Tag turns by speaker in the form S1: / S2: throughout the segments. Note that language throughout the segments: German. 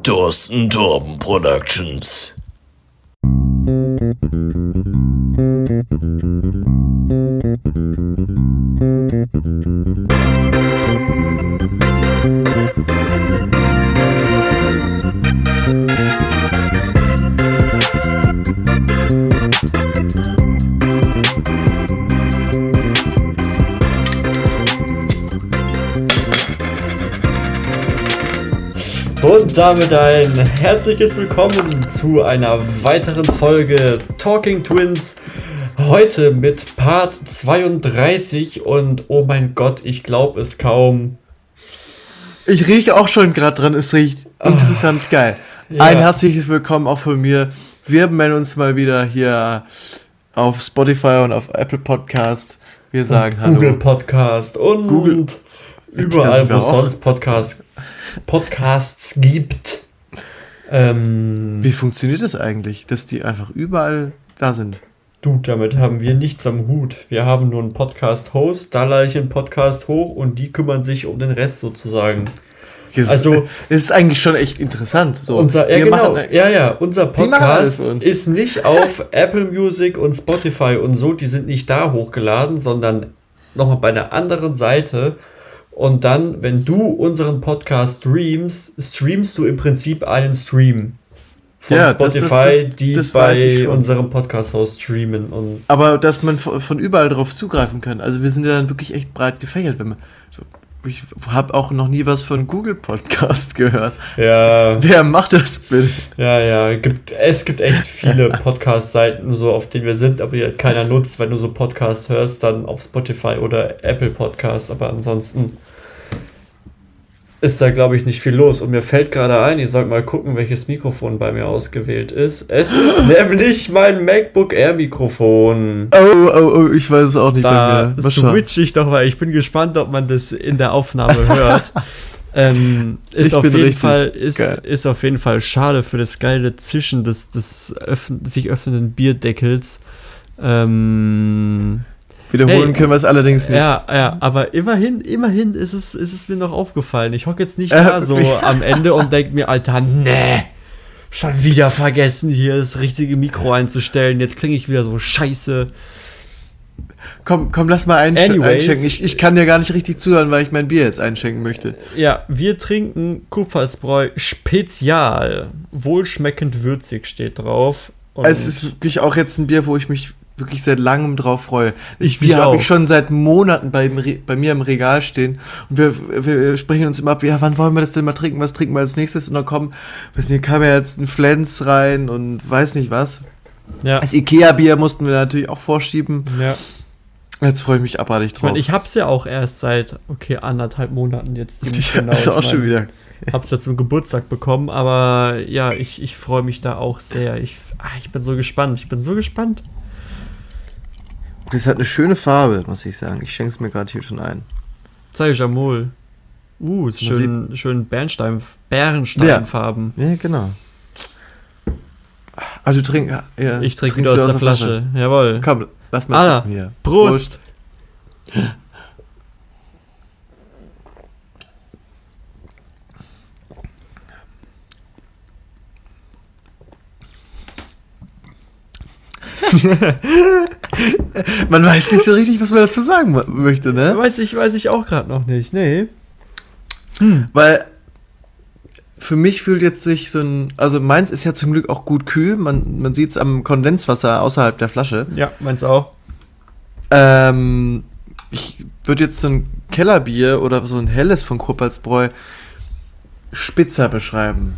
S1: Thorsten Torben Productions.
S2: Und damit ein herzliches Willkommen zu einer weiteren Folge Talking Twins. Heute mit Part 32 und oh mein Gott, ich glaube es kaum.
S3: Ich rieche auch schon gerade dran, es riecht interessant geil.
S2: Ja.
S3: Ein herzliches Willkommen auch von mir. Wir melden uns mal wieder hier auf Spotify und auf Apple Podcast. Wir sagen
S2: und
S3: Hallo.
S2: Google Podcast und
S3: Google.
S2: überall, wo es
S3: auch.
S2: sonst Podcasts gibt.
S3: Wie funktioniert das eigentlich, dass die einfach überall da sind?
S2: Du, damit haben wir nichts am Hut. Wir haben nur einen Podcast-Host, da lade ich einen Podcast hoch und die kümmern sich um den Rest sozusagen.
S3: Also, es ist eigentlich schon echt interessant. So,
S2: unser
S3: machen alles
S2: Podcast
S3: für uns.
S2: ist nicht auf Apple Music und Spotify und so, die sind nicht da hochgeladen, sondern nochmal bei einer anderen Seite. Und dann, wenn du unseren Podcast streamst du im Prinzip einen Stream von Spotify, die
S3: das weiß ich
S2: bei
S3: schon.
S2: unserem Podcast-Host streamen. Und
S3: Aber dass man von überall drauf zugreifen kann. Also wir sind ja dann wirklich echt breit gefächert. Wenn man, so, ich habe auch noch nie was von Google Podcast gehört.
S2: ja,
S3: Wer macht das bitte?
S2: es gibt echt viele Podcast-Seiten, so auf denen wir sind, aber die halt keiner nutzt. Wenn du so Podcast hörst, dann auf Spotify oder Apple Podcast. Aber ansonsten ist da, glaube ich, nicht viel los. Und mir fällt gerade ein, ich sollte mal gucken, welches Mikrofon bei mir ausgewählt ist. Es ist nämlich mein MacBook Air Mikrofon.
S3: Oh, ich weiß es auch nicht
S2: Da
S3: bei mir.
S2: switch ich doch mal. Ich bin gespannt, ob man das in der Aufnahme hört. Ist auf jeden Fall schade für das geile Zischen des sich öffnenden Bierdeckels.
S3: Wiederholen können wir es allerdings nicht.
S2: Ja, aber immerhin ist es mir noch aufgefallen. Ich hocke jetzt nicht da so am Ende und denke mir, Alter, nee, schon wieder vergessen, hier das richtige Mikro einzustellen. Jetzt klinge ich wieder so scheiße.
S3: Komm, lass mal einschenken. Ich kann dir gar nicht richtig zuhören, weil ich mein Bier jetzt einschenken möchte.
S2: Ja, wir trinken Kupfersbräu Spezial. Wohlschmeckend würzig steht drauf. Und
S3: Es ist wirklich auch jetzt ein Bier, wo ich mich wirklich seit langem drauf freue. Das
S2: Ich
S3: Bier
S2: mich
S3: habe
S2: auch.
S3: ich schon seit Monaten bei mir im Regal stehen. Und wir sprechen uns immer ab, ja, wann wollen wir das denn mal trinken? Was trinken wir als nächstes? Und dann kam ja jetzt ein Flens rein und weiß nicht was.
S2: ja.
S3: Das Ikea-Bier mussten wir natürlich auch vorschieben.
S2: Ja.
S3: Jetzt freue ich mich abartig
S2: Ich
S3: drauf.
S2: meine, ich hab's ja auch erst seit, 1,5 Monaten jetzt ziemlich genau.
S3: Das ist auch
S2: Ich
S3: schon
S2: mein,
S3: wieder.
S2: Hab's ja zum Geburtstag bekommen, aber ja, ich freue mich da auch sehr. Ich bin so gespannt.
S3: Das hat eine schöne Farbe, muss ich sagen. Ich schenke es mir gerade hier schon ein.
S2: Zeig Jamol. Ist schön Bärensteinfarben.
S3: Ja, genau. Also du trinkst. Ja,
S2: Ich trinke
S3: trinkst
S2: wieder
S3: du
S2: aus der Flasche. Jawohl.
S3: Komm, lass mal
S2: Alter,
S3: sippen hier.
S2: Prost.
S3: Man weiß nicht so richtig, was man dazu sagen möchte, ne?
S2: Weiß ich auch gerade noch nicht. Nee.
S3: Weil für mich fühlt jetzt sich so ein, also meins ist ja zum Glück auch gut kühl, man sieht es am Kondenswasser außerhalb der Flasche.
S2: Ja, meins auch.
S3: Ich würde jetzt so ein Kellerbier oder so ein helles von Kupfersbräu spitzer beschreiben.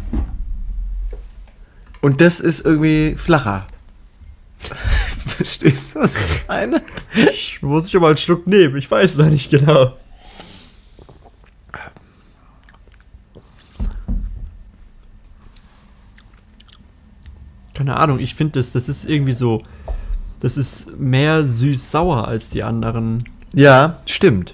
S3: Und das ist irgendwie flacher. Verstehst du, was ich meine?
S2: Ich muss schon mal einen Schluck nehmen. Ich weiß da nicht genau. Keine Ahnung, ich finde das ist irgendwie so, das ist mehr süß-sauer als die anderen.
S3: Ja, stimmt.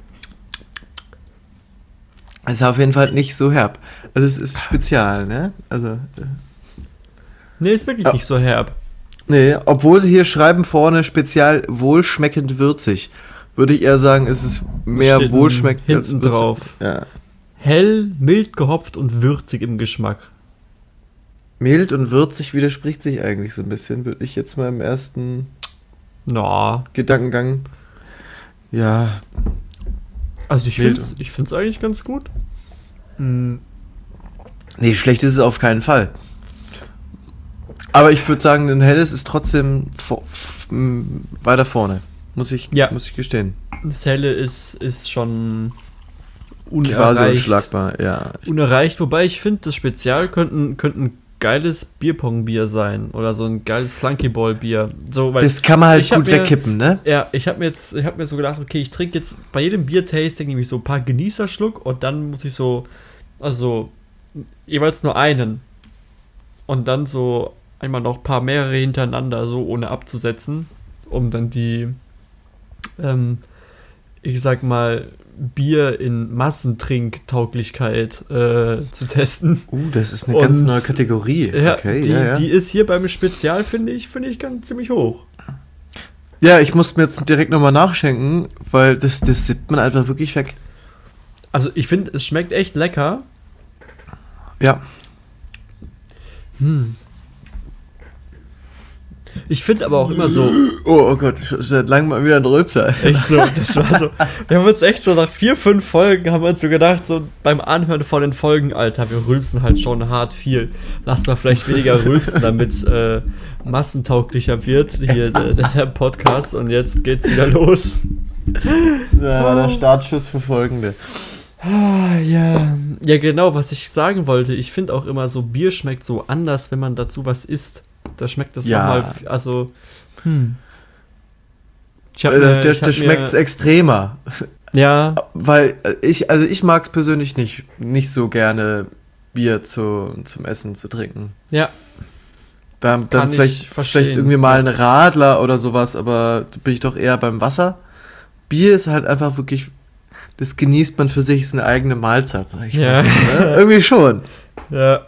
S3: Es ist auf jeden Fall nicht so herb. Also es ist spezial, ne? Also
S2: Nee, ist wirklich
S3: Ja.
S2: nicht so herb.
S3: nee, obwohl sie hier schreiben vorne spezial wohlschmeckend würzig, würde ich eher sagen, es ist mehr
S2: Steht
S3: wohlschmeckend als
S2: hinten
S3: würzig.
S2: drauf.
S3: Ja.
S2: Hell, mild gehopft und würzig im Geschmack.
S3: Mild und würzig widerspricht sich eigentlich so ein bisschen, würde ich jetzt mal im ersten Gedankengang. Ja.
S2: Also ich finde es eigentlich ganz gut.
S3: Nee, schlecht ist es auf keinen Fall. Aber ich würde sagen, ein helles ist trotzdem weiter vorne. Muss ich gestehen.
S2: Das helle ist schon
S3: quasi
S2: unerreicht.
S3: unschlagbar, ja.
S2: Unerreicht, wobei ich finde, das Spezial könnte ein geiles Bierpong-Bier sein oder so ein geiles Flunkyball-Bier. So, weil
S3: das kann man halt gut wegkippen, ne?
S2: Ja, ich hab mir so gedacht, okay, ich trinke jetzt bei jedem Biertasting nämlich so ein paar Genießerschluck und dann muss ich jeweils nur einen und dann so einmal noch ein paar mehrere hintereinander, so ohne abzusetzen, um dann die ich sag mal, Bier in Massentrinkttauglichkeit zu testen.
S3: Das ist eine ganz neue Kategorie.
S2: Ja,
S3: okay,
S2: die ist hier beim Spezial, finde ich ganz ziemlich hoch.
S3: Ja, ich muss mir jetzt direkt nochmal nachschenken, weil das sippt man einfach wirklich weg.
S2: Also ich finde, es schmeckt echt lecker.
S3: Ja.
S2: Ich finde aber auch immer so...
S3: Oh Gott, seit langem mal wieder ein Rülpser.
S2: Echt so, das war so... Wir haben uns echt so nach 4-5 Folgen haben wir uns so gedacht, so beim Anhören von den Folgen, Alter, wir rülpsen halt schon hart viel. Lass mal vielleicht weniger rülpsen, damit es massentauglicher wird, hier der Podcast. Und jetzt geht's wieder los.
S3: Da war der Startschuss für Folgende.
S2: Ja, genau, was ich sagen wollte. Ich finde auch immer so, Bier schmeckt so anders, wenn man dazu was isst. Da schmeckt das nochmal, also,
S3: Das schmeckt extremer.
S2: Ja.
S3: Weil ich mag es persönlich nicht so gerne, Bier zum Essen zu trinken.
S2: Ja.
S3: Dann vielleicht irgendwie mal ein Radler oder sowas, aber da bin ich doch eher beim Wasser. Bier ist halt einfach wirklich, das genießt man für sich, ist eine eigene Mahlzeit, sag ich mal. So, ne? Irgendwie schon.
S2: Ja.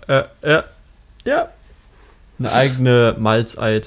S2: Eine eigene Malzeid.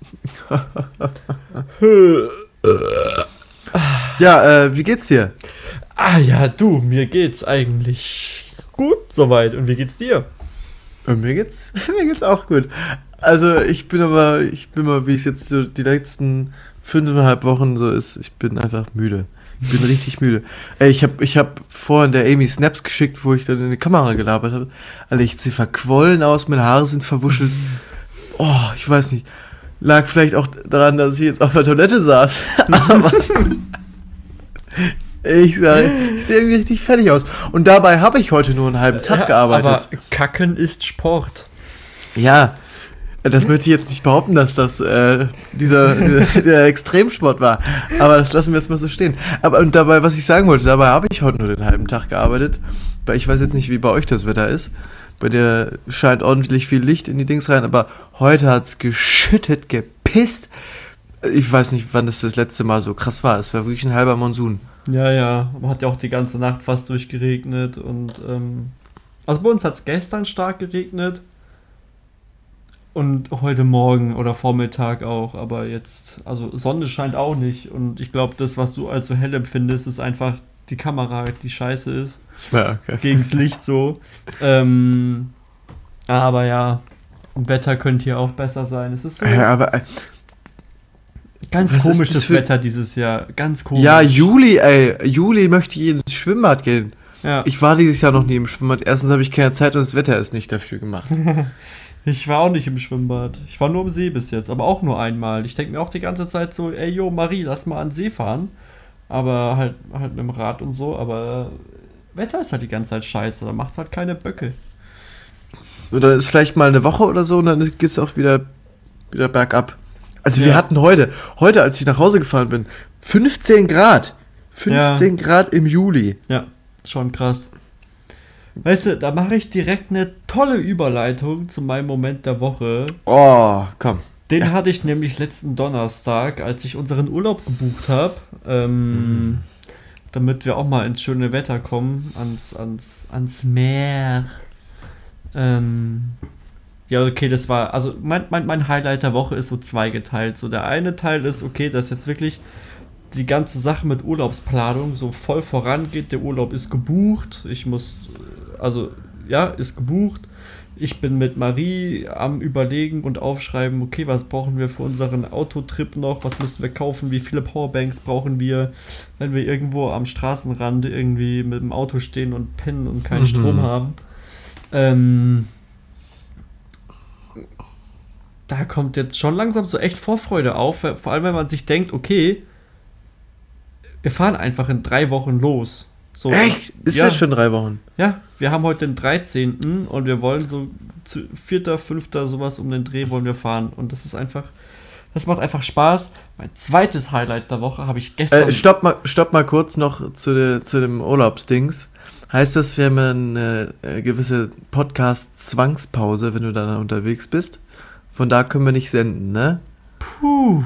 S3: Ja, wie geht's dir?
S2: Ja, mir geht's eigentlich gut soweit. Und wie geht's dir?
S3: Und mir geht's auch gut. Also ich bin mal, wie es jetzt so die letzten 5,5 Wochen so ist, ich bin einfach müde. Ich bin richtig müde. Ey, ich hab vorhin der Amy Snaps geschickt, wo ich dann in die Kamera gelabert habe. Alter, ich sehe verquollen aus, meine Haare sind verwuschelt. Oh, ich weiß nicht. Lag vielleicht auch daran, dass ich jetzt auf der Toilette saß. Aber ich sehe irgendwie richtig fertig aus. Und dabei habe ich heute nur einen halben Tag gearbeitet.
S2: Aber Kacken ist Sport.
S3: Ja, das möchte ich jetzt nicht behaupten, dass das der Extremsport war. Aber das lassen wir jetzt mal so stehen. Und dabei, was ich sagen wollte, dabei habe ich heute nur den halben Tag gearbeitet. Weil ich weiß jetzt nicht, wie bei euch das Wetter ist. Bei der scheint ordentlich viel Licht in die Dings rein, aber heute hat es geschüttet, gepisst. Ich weiß nicht, wann das letzte Mal so krass war. Es war wirklich ein halber Monsun.
S2: Ja, man hat ja auch die ganze Nacht fast durchgeregnet und also bei uns hat es gestern stark geregnet und heute Morgen oder Vormittag auch, aber jetzt, also Sonne scheint auch nicht und ich glaube, das, was du als so hell empfindest, ist einfach die Kamera, die scheiße ist.
S3: Ja, okay.
S2: Gegens Licht so. Aber ja, Wetter könnte hier auch besser sein. Es ist so ganz komisches Wetter dieses Jahr. Ganz komisch.
S3: Ja, Juli möchte ich ins Schwimmbad gehen.
S2: Ja.
S3: Ich war dieses Jahr noch nie im Schwimmbad. Erstens habe ich keine Zeit und das Wetter ist nicht dafür gemacht.
S2: Ich war auch nicht im Schwimmbad. Ich war nur am See bis jetzt, aber auch nur einmal. Ich denke mir auch die ganze Zeit so, ey, yo, Marie, lass mal an den See fahren. Aber halt mit dem Rad und so, aber Wetter ist halt die ganze Zeit scheiße, da macht's halt keine Böcke.
S3: Oder ist vielleicht mal eine Woche oder so und dann geht's auch wieder bergab. Also wir hatten heute, als ich nach Hause gefahren bin, 15 Grad. 15 Grad im Juli.
S2: Ja, schon krass. Weißt du, da mache ich direkt eine tolle Überleitung zu meinem Moment der Woche.
S3: Oh, komm.
S2: Den hatte ich nämlich letzten Donnerstag, als ich unseren Urlaub gebucht habe, damit wir auch mal ins schöne Wetter kommen, ans Meer. Ja, okay, das war, also mein Highlight der Woche ist so zweigeteilt. So der eine Teil ist, okay, dass jetzt wirklich die ganze Sache mit Urlaubsplanung so voll vorangeht. Der Urlaub ist gebucht. Ist gebucht. Ich bin mit Marie am Überlegen und aufschreiben, okay, was brauchen wir für unseren Autotrip noch, was müssen wir kaufen, wie viele Powerbanks brauchen wir, wenn wir irgendwo am Straßenrand irgendwie mit dem Auto stehen und pennen und keinen Strom haben. Da kommt jetzt schon langsam so echt Vorfreude auf, vor allem wenn man sich denkt, okay, wir fahren einfach in 3 Wochen los. So,
S3: echt? Ist ja schon 3 Wochen?
S2: Ja, wir haben heute den 13. und wir wollen so 4., 5. sowas um den Dreh wollen wir fahren. Und das ist einfach, das macht einfach Spaß. Mein zweites Highlight der Woche habe ich gestern...
S3: Stopp mal kurz noch zu dem Urlaubsdings. Heißt das, wir haben eine gewisse Podcast-Zwangspause, wenn du dann unterwegs bist? Von da können wir nicht senden, ne?
S2: Puh.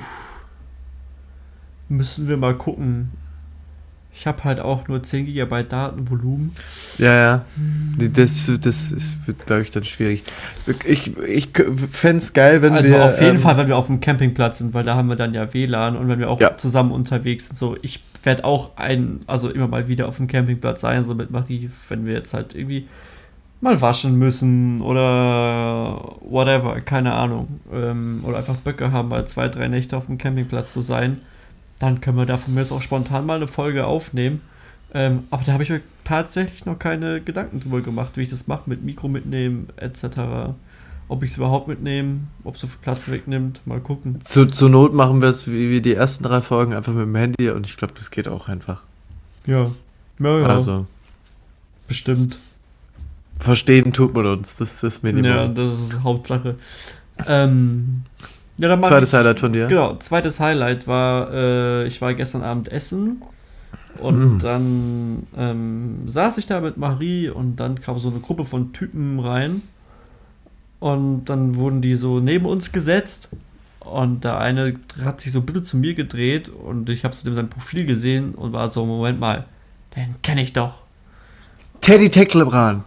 S2: Müssen wir mal gucken. Ich habe halt auch nur 10 GB Datenvolumen.
S3: Ja. Das wird, glaube ich, dann schwierig. Ich fände es geil, wenn
S2: also
S3: wir...
S2: auf jeden Fall, wenn wir auf dem Campingplatz sind, weil da haben wir dann ja WLAN und wenn wir auch zusammen unterwegs sind. So, ich werde auch immer mal wieder auf dem Campingplatz sein, so mit Marie, wenn wir jetzt halt irgendwie mal waschen müssen oder whatever, keine Ahnung. Oder einfach Böcke haben, mal 2, 3 Nächte auf dem Campingplatz zu sein. Dann können wir da von mir aus auch spontan mal eine Folge aufnehmen. Aber da habe ich mir tatsächlich noch keine Gedanken drüber gemacht, wie ich das mache, mit Mikro mitnehmen, etc. Ob ich es überhaupt mitnehme, ob es so viel Platz wegnimmt, mal gucken.
S3: Zur Not machen wir es wie die ersten 3 Folgen einfach mit dem Handy und ich glaube, das geht auch einfach.
S2: Ja.
S3: Also.
S2: Bestimmt.
S3: Verstehen tut man uns, das ist das Minimum.
S2: Ja, das ist Hauptsache. Dann
S3: zweites Highlight von dir?
S2: Genau, zweites Highlight war, ich war gestern Abend essen und dann saß ich da mit Marie und dann kam so eine Gruppe von Typen rein und dann wurden die so neben uns gesetzt und der eine hat sich so ein bisschen zu mir gedreht und ich habe so sein Profil gesehen und war so, Moment mal, den kenne ich doch.
S3: Teddy Teklebran.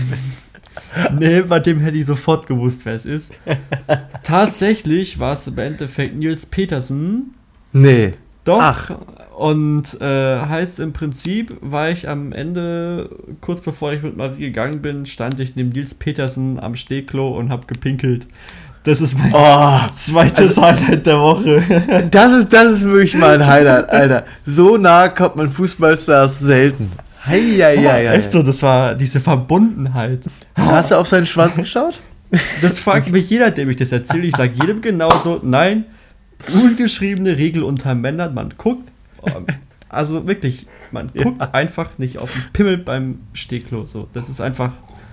S2: Nee, bei dem hätte ich sofort gewusst, wer es ist. Tatsächlich war es im Endeffekt Nils Petersen.
S3: Nee.
S2: Doch.
S3: Ach.
S2: Und heißt im Prinzip, war ich am Ende, kurz bevor ich mit Marie gegangen bin, stand ich neben Nils Petersen am Stehklo und hab gepinkelt. Das ist mein zweites Highlight der Woche.
S3: Das ist wirklich mal ein Highlight, Alter. So nah kommt man Fußballstars selten.
S2: Echt so, das war diese Verbundenheit.
S3: Hast du auf seinen Schwanz geschaut?
S2: Das fragt mich jeder, dem ich das erzähle. Ich sage jedem genauso, nein, ungeschriebene Regel unter Männern, man guckt, also wirklich, man guckt einfach nicht auf den Pimmel beim Stehklo. So. Das ist einfach...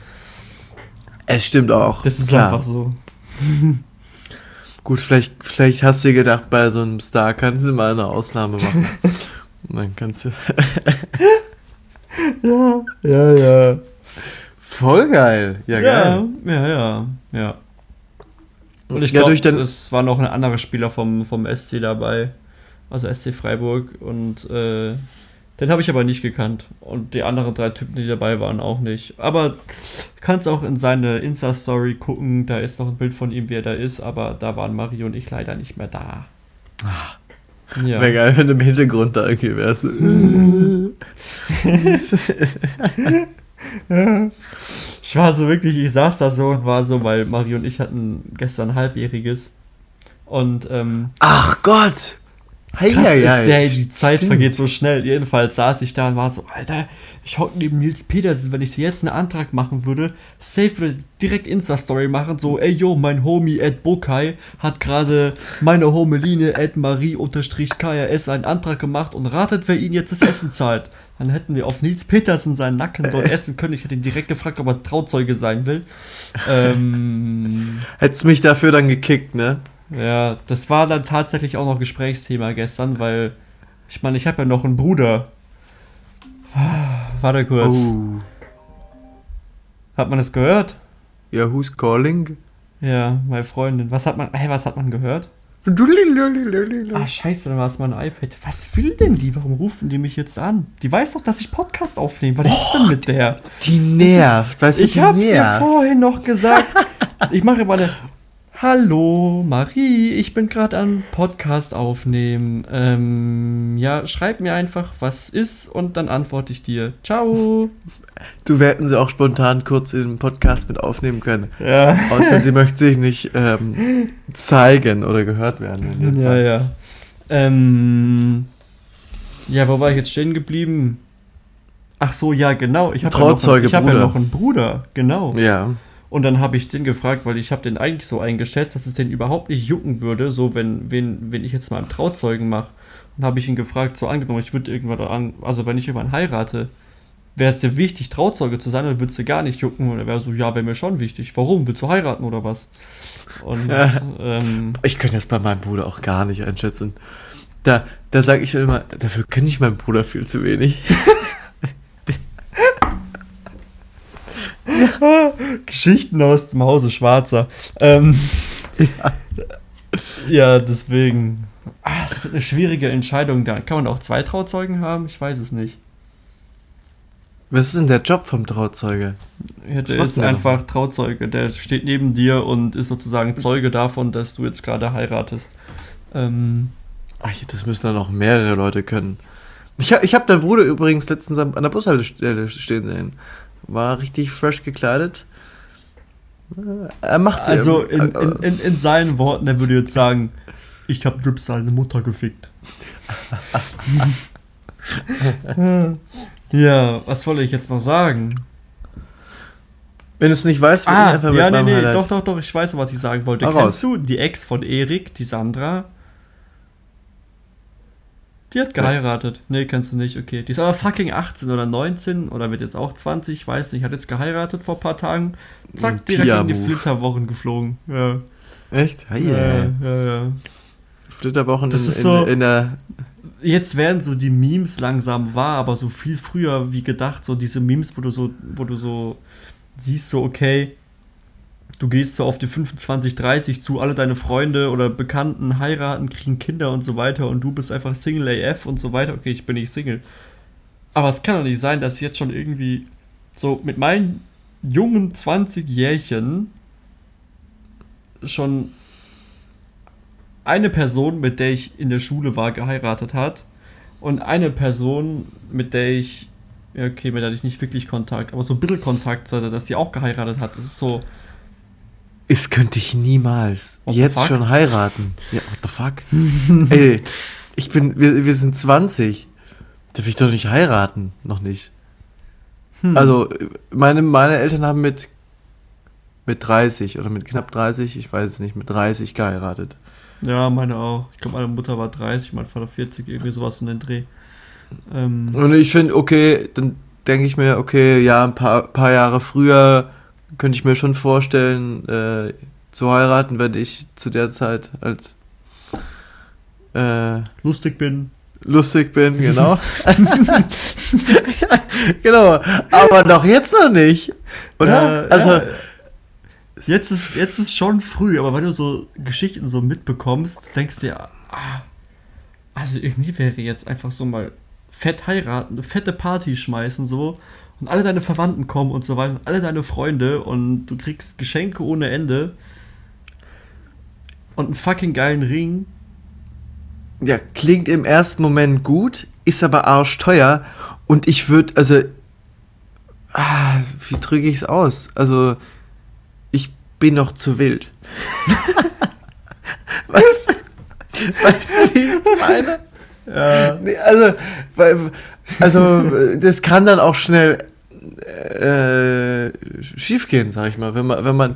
S3: Es stimmt auch.
S2: Das ist einfach so.
S3: Gut, vielleicht hast du dir gedacht, bei so einem Star kannst du mal eine Ausnahme machen. Und dann kannst du... Ja. Voll geil. Ja, geil.
S2: Ja. Und ich glaube, es war noch ein anderer Spieler vom SC dabei, also SC Freiburg, und den habe ich aber nicht gekannt. Und die anderen 3 Typen, die dabei waren, auch nicht. Aber kannst auch in seine Insta-Story gucken, da ist noch ein Bild von ihm, wie er da ist, aber da waren Marie und ich leider nicht mehr da.
S3: Ja. Wäre geil, wenn du im Hintergrund da irgendwie wärst.
S2: Ich war so wirklich, ich saß da so und war so, weil Marie und ich hatten gestern ein Halbjähriges. Und
S3: ach Gott!
S2: Die Zeit vergeht so schnell. Jedenfalls saß ich da und war so, Alter, ich hocke neben Nils Petersen, wenn ich dir jetzt einen Antrag machen würde, safe würde direkt Insta-Story machen, so, ey yo, mein Homie @Bokai hat gerade meine Homeline @Marie_KRS einen Antrag gemacht und ratet, wer ihn jetzt das Essen zahlt. Dann hätten wir auf Nils Petersen seinen Nacken dort essen können. Ich hätte ihn direkt gefragt, ob er Trauzeuge sein will.
S3: Hättest mich dafür dann gekickt, ne?
S2: Ja, das war dann tatsächlich auch noch Gesprächsthema gestern, weil, ich meine, ich habe ja noch einen Bruder. Warte kurz. Oh. Hat man das gehört?
S3: Ja, who's calling?
S2: Ja, meine Freundin. Was hat man gehört? Ah, scheiße, dann war es mein iPad. Was will denn die? Warum rufen die mich jetzt an? Die weiß doch, dass ich Podcast aufnehme. Was ist denn mit der?
S3: Die nervt.
S2: Ich hab's dir vorhin noch gesagt. Ich mache mal eine... Hallo Marie, ich bin gerade am Podcast aufnehmen. Ja, schreib mir einfach, was ist und dann antworte ich dir. Ciao.
S3: Wir hätten sie auch spontan kurz im Podcast mit aufnehmen können.
S2: Ja.
S3: Außer sie möchte sich nicht zeigen oder gehört werden. In dem Fall.
S2: Ja. Ja, wo war ich jetzt stehen geblieben? Ach so, ja, genau. Ich habe ja noch einen Bruder, genau.
S3: Ja.
S2: Und dann habe ich den gefragt, weil ich habe den eigentlich so eingeschätzt, dass es den überhaupt nicht jucken würde, so wenn ich jetzt mal einen Trauzeugen mache. Und habe ich ihn gefragt, so angenommen, ich würde irgendwann, also wenn ich irgendwann heirate, wäre es dir wichtig, Trauzeuge zu sein, oder würdest du gar nicht jucken? Und er wäre so, ja, wäre mir schon wichtig. Warum? Willst du heiraten oder was? Und,
S3: ich könnte das bei meinem Bruder auch gar nicht einschätzen. Da sage ich immer, dafür kenne ich meinen Bruder viel zu wenig.
S2: Geschichten aus dem Hause Schwarzer. Ja, deswegen. Es wird eine schwierige Entscheidung da. Kann man auch 2 Trauzeugen haben? Ich weiß es nicht.
S3: Was ist denn der Job vom Trauzeuge?
S2: Ja, der ist einfach Trauzeuge. Der steht neben dir und ist sozusagen Zeuge davon, dass du jetzt gerade heiratest.
S3: Das müssen dann noch mehrere Leute können. Ich hab deinen Bruder übrigens letztens an der Bushaltestelle stehen sehen. War richtig fresh gekleidet. Er macht
S2: es. Also in seinen Worten, er würde jetzt sagen, ich hab Drips seine Mutter gefickt. Ja, was wollte ich jetzt noch sagen?
S3: Wenn du es nicht weißt, würde ich einfach mit meinem Highlight.
S2: Doch, ich weiß, was ich sagen wollte. Kennst du die Ex von Erik, die Sandra? Die hat geheiratet. Nee, kennst du nicht, okay. Die ist aber fucking 18 oder 19 oder wird jetzt auch 20, ich weiß nicht. Hat jetzt geheiratet vor ein paar Tagen. Zack, direkt in die Flitterwochen geflogen. Ja.
S3: Echt?
S2: Ja.
S3: Flitterwochen
S2: das ist so, in der... Jetzt werden so die Memes langsam wahr, aber so viel früher wie gedacht. So diese Memes, wo du so siehst, so okay, du gehst so auf die 25, 30 zu, alle deine Freunde oder Bekannten heiraten, kriegen Kinder und so weiter und du bist einfach Single AF und so weiter. Okay, ich bin nicht Single. Aber es kann doch nicht sein, dass ich jetzt schon irgendwie so mit meinen jungen 20 Jährchen schon eine Person, mit der ich in der Schule war, geheiratet hat und eine Person, mit der ich nicht wirklich Kontakt, aber so ein bisschen Kontakt hatte, dass sie auch geheiratet hat. Das ist so...
S3: Es könnte ich niemals jetzt schon heiraten. Ja, what the fuck? Ey, wir sind 20. Darf ich doch nicht heiraten? Noch nicht. Also, meine Eltern haben mit 30 oder mit knapp 30, ich weiß es nicht, mit 30 geheiratet.
S2: Ja, meine auch. Ich glaube, meine Mutter war 30, mein Vater 40, irgendwie sowas in den Dreh.
S3: Und ich finde, okay, dann denke ich mir, okay, ja, ein paar Jahre früher könnte ich mir schon vorstellen, zu heiraten, wenn ich zu der Zeit halt
S2: lustig bin,
S3: genau. Genau, aber doch jetzt noch nicht, oder?
S2: Also jetzt ist schon früh, aber wenn du so Geschichten so mitbekommst, denkst du dir, also irgendwie wäre jetzt einfach so mal fett heiraten, eine fette Party schmeißen so und alle deine Verwandten kommen und so weiter, und alle deine Freunde und du kriegst Geschenke ohne Ende und einen fucking geilen Ring.
S3: Ja, klingt im ersten Moment gut, ist aber arschteuer und ich würde, also wie drücke ich es aus? Also ich bin noch zu wild. Weißt du, wie ich meine?
S2: Ja.
S3: Nee, also das kann dann auch schnell schief gehen, sag ich mal, wenn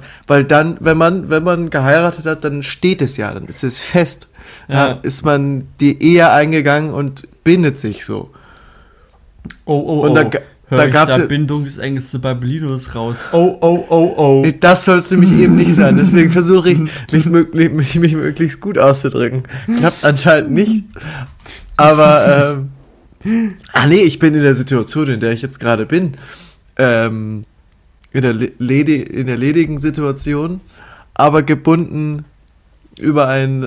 S3: man geheiratet hat, dann steht es ja, dann ist es fest. Ja. Dann ist man die Ehe eingegangen und bindet sich so.
S2: Und da gab es Bindungsängste bei Linus raus.
S3: Nee, das soll es nämlich eben nicht sein. Deswegen versuche ich, mich möglichst gut auszudrücken. Klappt anscheinend nicht. Aber, ich bin in der Situation, in der ich jetzt gerade bin. In der ledigen Situation, aber gebunden über ein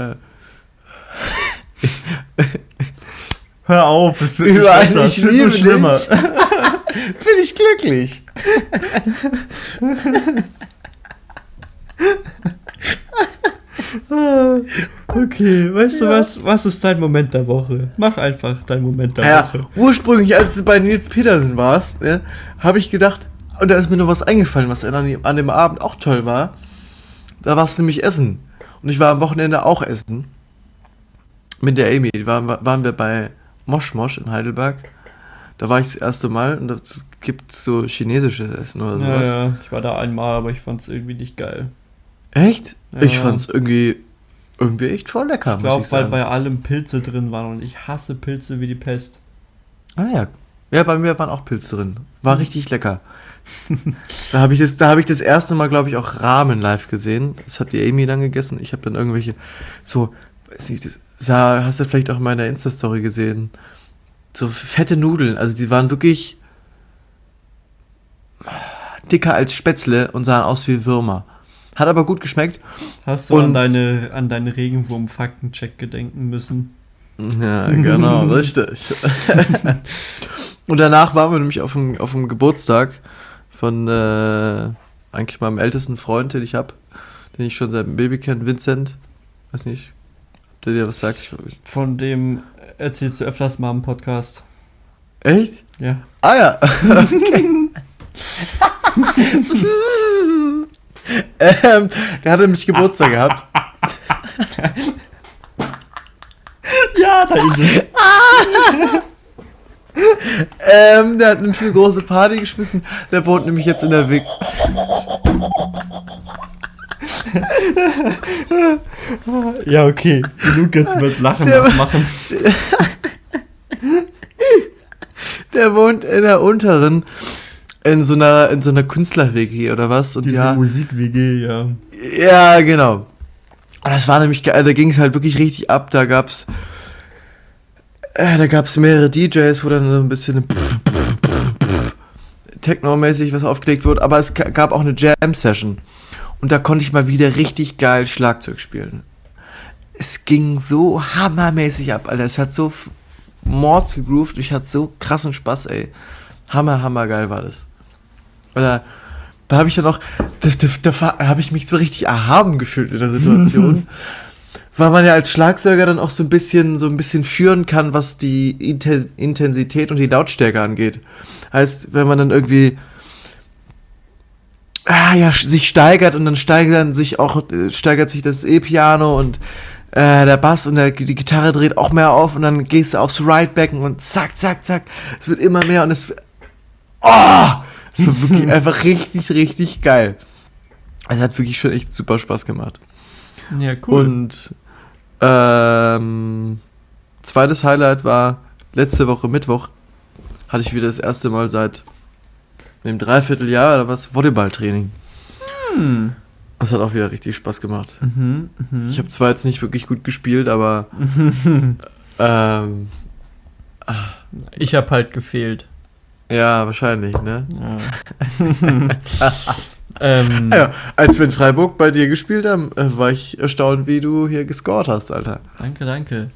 S2: Hör auf, es wird nicht besser,
S3: es wird nur schlimmer. Bin ich glücklich.
S2: Okay, weißt du was? Was ist dein Moment der Woche? Mach einfach dein Moment der Woche.
S3: Ursprünglich, als du bei Nils Petersen warst, ne, habe ich gedacht, und da ist mir noch was eingefallen, was an dem Abend auch toll war. Da war es nämlich Essen. Und ich war am Wochenende auch essen. Mit der Amy. Waren wir bei Mosch Mosch in Heidelberg. Da war ich das erste Mal und da gibt es so chinesisches Essen oder sowas.
S2: Ja, ich war da einmal, aber ich fand es irgendwie nicht geil.
S3: Echt?
S2: Ja.
S3: Ich fand es irgendwie echt voll lecker,
S2: Ich glaube, weil bei allem Pilze drin waren und ich hasse Pilze wie die Pest.
S3: Ah ja. Ja, bei mir waren auch Pilze drin. War richtig lecker. Da habe ich das erste Mal, glaube ich, auch Ramen live gesehen. Das hat die Amy dann gegessen. Ich habe dann irgendwelche, so, weiß nicht, hast du vielleicht auch in meiner Insta-Story gesehen. So fette Nudeln. Also die waren wirklich dicker als Spätzle und sahen aus wie Würmer. Hat aber gut geschmeckt.
S2: Hast du an deine Regenwurm-Faktencheck gedenken müssen?
S3: Ja, genau, richtig. Und danach waren wir nämlich auf dem Geburtstag von eigentlich meinem ältesten Freund, den ich habe, den ich schon seit dem Baby kenne, Vincent. Weiß nicht, ob der dir was sagt.
S2: Von dem erzählst du öfters mal im Podcast.
S3: Echt?
S2: Ja.
S3: Ah ja. Okay. Der hatte nämlich Geburtstag gehabt.
S2: Ja, da ist es.
S3: Der hat nämlich eine große Party geschmissen. Der wohnt nämlich jetzt in der WG.
S2: Ja, okay. Genug jetzt mit Lachen machen.
S3: Der wohnt in der unteren, in so einer Künstler-WG oder was. Und
S2: Diese Musik-WG, ja.
S3: Ja, genau. Und das war nämlich geil, da ging es halt wirklich richtig ab. Da gab's mehrere DJs, wo dann so ein bisschen Techno-mäßig was aufgelegt wurde, aber es gab auch eine Jam-Session. Und da konnte ich mal wieder richtig geil Schlagzeug spielen. Es ging so hammermäßig ab, Alter. Es hat so mords gegroovt. Ich hatte so krassen Spaß, ey. Hammergeil war das. Oder da habe ich dann auch, da habe ich mich so richtig erhaben gefühlt in der Situation. Weil man ja als Schlagzeuger dann auch so ein bisschen führen kann, was die Intensität und die Lautstärke angeht. Heißt, wenn man dann irgendwie sich steigert und dann steigert sich das E-Piano und der Bass und die Gitarre dreht auch mehr auf und dann gehst du aufs Right-Becken und zack, zack, zack. Es wird immer mehr und es wird wirklich einfach richtig, richtig geil. Es hat wirklich schon echt super Spaß gemacht.
S2: Ja, cool.
S3: Und zweites Highlight war letzte Woche Mittwoch hatte ich wieder das erste Mal seit einem Dreivierteljahr oder was Volleyballtraining. Das hat auch wieder richtig Spaß gemacht. Ich habe zwar jetzt nicht wirklich gut gespielt, aber
S2: ich habe halt gefehlt.
S3: Ja, wahrscheinlich, ne?
S2: Ja.
S3: Ja, als wir in Freiburg bei dir gespielt haben, war ich erstaunt, wie du hier gescored hast, Alter.
S2: Danke.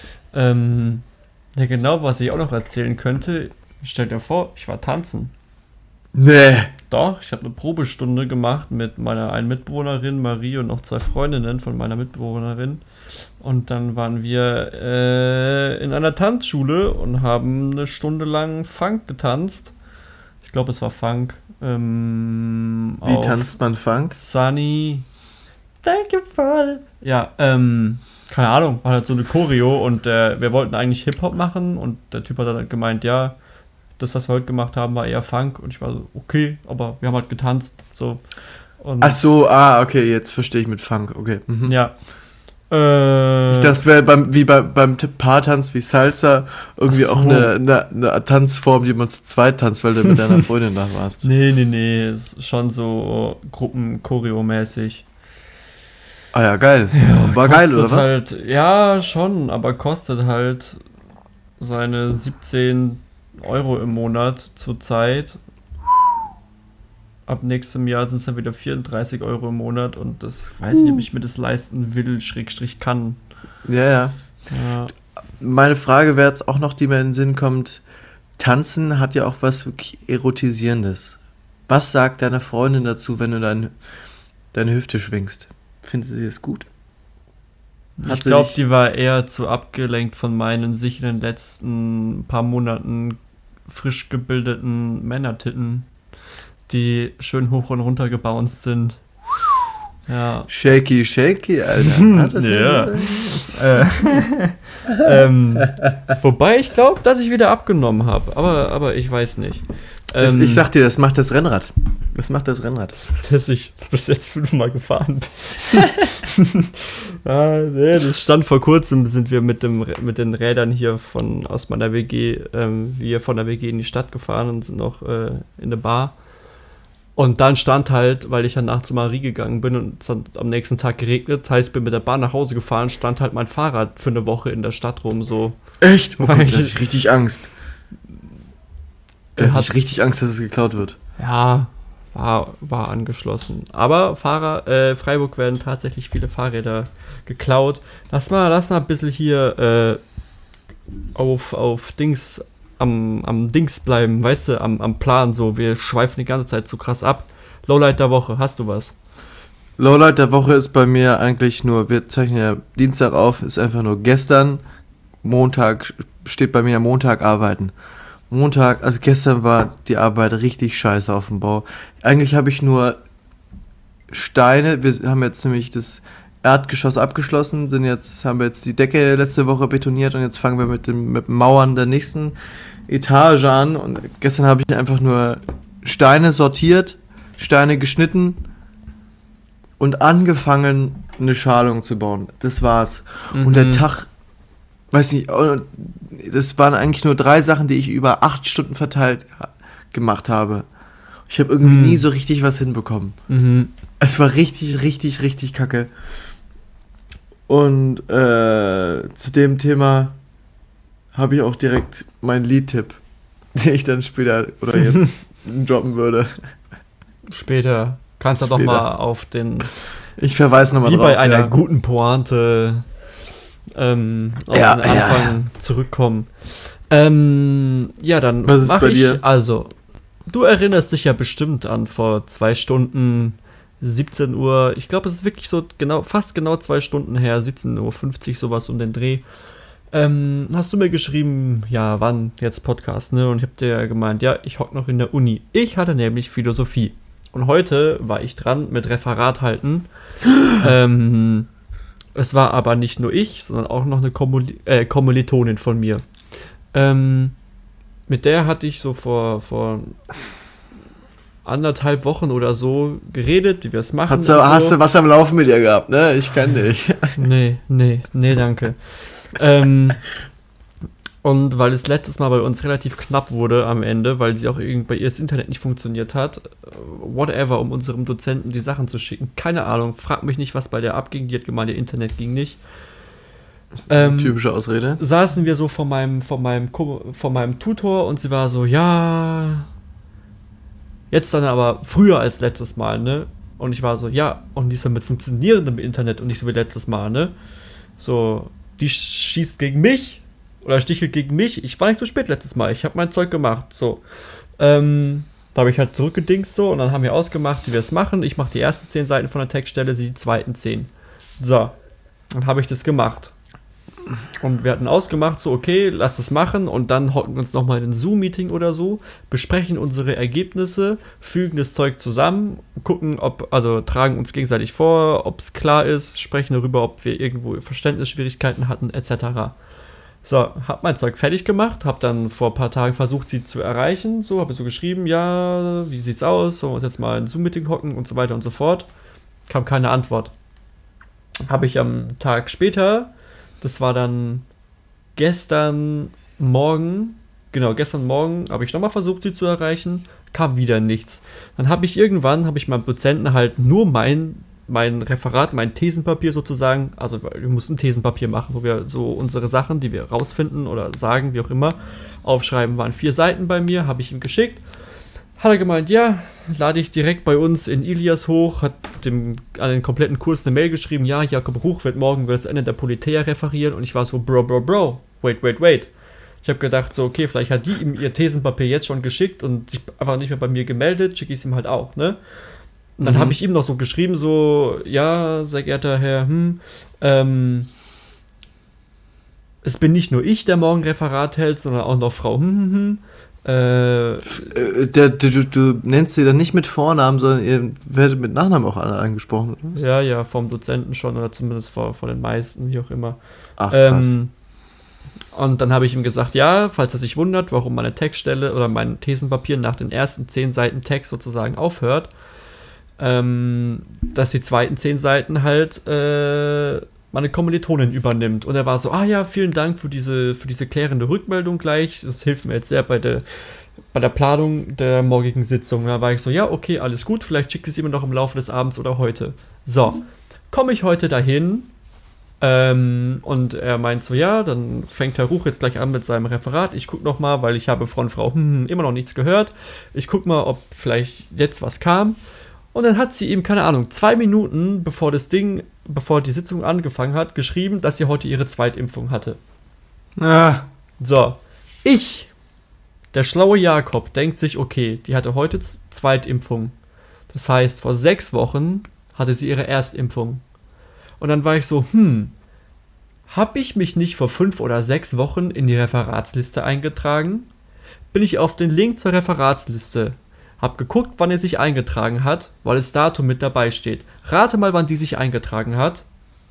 S2: Ja, genau, was ich auch noch erzählen könnte, stell dir vor, ich war tanzen.
S3: Nee.
S2: Doch, ich habe eine Probestunde gemacht mit meiner einen Mitbewohnerin, Marie, und noch 2 Freundinnen von meiner Mitbewohnerin. Und dann waren wir in einer Tanzschule und haben eine Stunde lang Funk getanzt. Ich glaube, es war Funk.
S3: Wie tanzt man Funk?
S2: Sunny. Thank you for it. Ja, keine Ahnung, war halt so eine Choreo und wir wollten eigentlich Hip-Hop machen und der Typ hat dann gemeint, ja, das, was wir heute gemacht haben, war eher Funk und ich war so, okay, aber wir haben halt getanzt, so. Und
S3: Ach so, okay, jetzt verstehe ich mit Funk, okay. Mhm.
S2: ja.
S3: Ich dachte, das wäre beim Paartanz wie Salsa irgendwie
S2: Ach so.
S3: auch eine Tanzform, die man zu zweit tanzt, weil du mit deiner Freundin da warst.
S2: Nee, ist schon so Gruppen-Choreo-mäßig.
S3: Ah ja, geil. Ja, war geil, oder was?
S2: Halt, ja, schon, aber kostet halt seine 17 Euro im Monat zurzeit. Ab nächstem Jahr sind es dann wieder 34 Euro im Monat und das weiß ich nicht, ob ich mir das leisten will, / kann.
S3: Ja.
S2: Ja.
S3: Meine Frage wäre jetzt auch noch, die mir in den Sinn kommt, Tanzen hat ja auch was wirklich Erotisierendes. Was sagt deine Freundin dazu, wenn du deine Hüfte schwingst? Findet sie das gut?
S2: Ich glaube, die war eher zu abgelenkt von meinen sich in den letzten paar Monaten frisch gebildeten Männertitten, die schön hoch und runter gebounced sind. Ja.
S3: Shaky, Alter.
S2: Ja. Wobei ich glaube, dass ich wieder abgenommen habe, aber ich weiß nicht.
S3: Ich sag dir, das macht das Rennrad.
S2: Dass ich bis jetzt 5-mal gefahren bin. Das stand vor kurzem, sind wir mit den Rädern hier aus meiner WG, wir von der WG in die Stadt gefahren und sind noch in eine Bar. Und dann stand halt, weil ich dann nachts zu Marie gegangen bin und es hat am nächsten Tag geregnet, das heißt, bin mit der Bahn nach Hause gefahren, stand halt mein Fahrrad für eine Woche in der Stadt rum, so.
S3: Echt? Oh, da hatte ich richtig Angst. Da hatte ich richtig Angst, dass es geklaut wird.
S2: Ja, war angeschlossen. Aber Freiburg werden tatsächlich viele Fahrräder geklaut. Lass mal ein bisschen hier auf Dings am Dings bleiben, weißt du, am Plan so. Wir schweifen die ganze Zeit zu krass ab. Lowlight der Woche, hast du was?
S3: Lowlight der Woche ist bei mir eigentlich nur, wir zeichnen ja Dienstag auf, ist einfach nur gestern, Montag, steht bei mir Montag arbeiten. Also gestern war die Arbeit richtig scheiße auf dem Bau. Eigentlich habe ich nur Steine, wir haben jetzt nämlich das Erdgeschoss abgeschlossen, haben wir jetzt die Decke letzte Woche betoniert und jetzt fangen wir mit dem Mauern der nächsten Etage an und gestern habe ich einfach nur Steine sortiert, Steine geschnitten und angefangen, eine Schalung zu bauen. Das war's. Und der Tag, weiß nicht, das waren eigentlich nur 3 Sachen, die ich über 8 Stunden verteilt gemacht habe. Ich habe irgendwie nie so richtig was hinbekommen. Es war richtig, richtig, richtig kacke. Und zu dem Thema habe ich auch direkt meinen Liedtipp, den ich dann später oder jetzt droppen würde.
S2: Später. Kannst du doch mal auf den...
S3: Ich verweise nochmal drauf.
S2: Wie bei einer guten Pointe auf den Anfang zurückkommen. Dann
S3: was ist bei dir?
S2: Also, du erinnerst dich ja bestimmt an vor 2 Stunden... 17 Uhr, ich glaube, es ist wirklich so fast genau 2 Stunden her, 17:50 Uhr, sowas um den Dreh. Hast du mir geschrieben, ja, wann jetzt Podcast, ne? Und ich habe dir gemeint, ja, ich hocke noch in der Uni. Ich hatte nämlich Philosophie. Und heute war ich dran mit Referat halten. Es war aber nicht nur ich, sondern auch noch eine Kommilitonin von mir. Mit der hatte ich so vor 1,5 Wochen oder so geredet, wie wir es machen.
S3: Hast du was am Laufen mit ihr gehabt, ne? Ich kann nicht.
S2: Nee, danke. Und weil es letztes Mal bei uns relativ knapp wurde am Ende, weil sie auch bei ihr das Internet nicht funktioniert hat, whatever, um unserem Dozenten die Sachen zu schicken. Keine Ahnung, frag mich nicht, was bei der abging. Die hat gemeint, ihr Internet ging nicht.
S3: Typische Ausrede.
S2: Saßen wir so vor meinem Tutor und sie war so, ja... Jetzt dann aber früher als letztes Mal, ne? Und ich war so, ja, und die ist dann mit funktionierendem Internet und nicht so wie letztes Mal, ne? So, die schießt gegen mich oder stichelt gegen mich. Ich war nicht so spät letztes Mal, ich habe mein Zeug gemacht, so. Da habe ich halt zurückgedingst so und dann haben wir ausgemacht, wie wir es machen. Ich mache die ersten 10 Seiten von der Textstelle, sie die zweiten 10. So, dann habe ich das gemacht. Und wir hatten ausgemacht, so okay, lass das machen und dann hocken wir uns nochmal in ein Zoom-Meeting oder so, besprechen unsere Ergebnisse, fügen das Zeug zusammen, tragen uns gegenseitig vor, ob es klar ist, sprechen darüber, ob wir irgendwo Verständnisschwierigkeiten hatten, etc. So, hab mein Zeug fertig gemacht, hab dann vor ein paar Tagen versucht, sie zu erreichen, so, habe so geschrieben, ja, wie sieht's aus, sollen wir uns jetzt mal in ein Zoom-Meeting hocken und so weiter und so fort. Kam keine Antwort. Habe ich am Tag später... Das war dann gestern Morgen habe ich nochmal versucht, sie zu erreichen, kam wieder nichts. Dann habe ich meinem Dozenten halt nur mein Referat, mein Thesenpapier sozusagen, also wir mussten Thesenpapier machen, wo wir so unsere Sachen, die wir rausfinden oder sagen, wie auch immer, aufschreiben, waren 4 Seiten bei mir, habe ich ihm geschickt. Hat er gemeint, ja, lade ich direkt bei uns in Ilias hoch, hat an den kompletten Kurs eine Mail geschrieben, ja, Jakob Ruch wird morgen über das Ende der Politeia referieren und ich war so, Bro, wait. Ich habe gedacht, so, okay, vielleicht hat die ihm ihr Thesenpapier jetzt schon geschickt und sich einfach nicht mehr bei mir gemeldet, schicke ich es ihm halt auch, ne? Und dann habe ich ihm noch so geschrieben, so, ja, sehr geehrter Herr, es bin nicht nur ich, der morgen Referat hält, sondern auch noch Frau
S3: Du nennst sie dann nicht mit Vornamen, sondern ihr werdet mit Nachnamen auch alle angesprochen, oder was?
S2: Ja, vom Dozenten schon oder zumindest von den meisten, wie auch immer.
S3: Ach, krass.
S2: Und dann habe ich ihm gesagt, ja, falls er sich wundert, warum meine Textstelle oder mein Thesenpapier nach den ersten 10 Seiten Text sozusagen aufhört, dass die zweiten 10 Seiten halt meine Kommilitonin übernimmt. Und er war so, ja, vielen Dank für diese klärende Rückmeldung gleich. Das hilft mir jetzt sehr bei der Planung der morgigen Sitzung. Da war ich so, ja, okay, alles gut, vielleicht schickt es ihm noch im Laufe des Abends oder heute. So, komme ich heute dahin und er meint so, ja, dann fängt Herr Ruch jetzt gleich an mit seinem Referat. Ich gucke noch mal, weil ich habe von Frau immer noch nichts gehört. Ich gucke mal, ob vielleicht jetzt was kam. Und dann hat sie ihm, keine Ahnung, 2 Minuten, bevor die Sitzung angefangen hat, geschrieben, dass sie heute ihre Zweitimpfung hatte. So, der schlaue Jakob, denkt sich, okay, die hatte heute Zweitimpfung. Das heißt, vor 6 Wochen hatte sie ihre Erstimpfung. Und dann war ich so, habe ich mich nicht vor 5 oder 6 Wochen in die Referatsliste eingetragen? Bin ich auf den Link zur Referatsliste. Hab geguckt, wann er sich eingetragen hat, weil das Datum mit dabei steht. Rate mal, wann die sich eingetragen hat.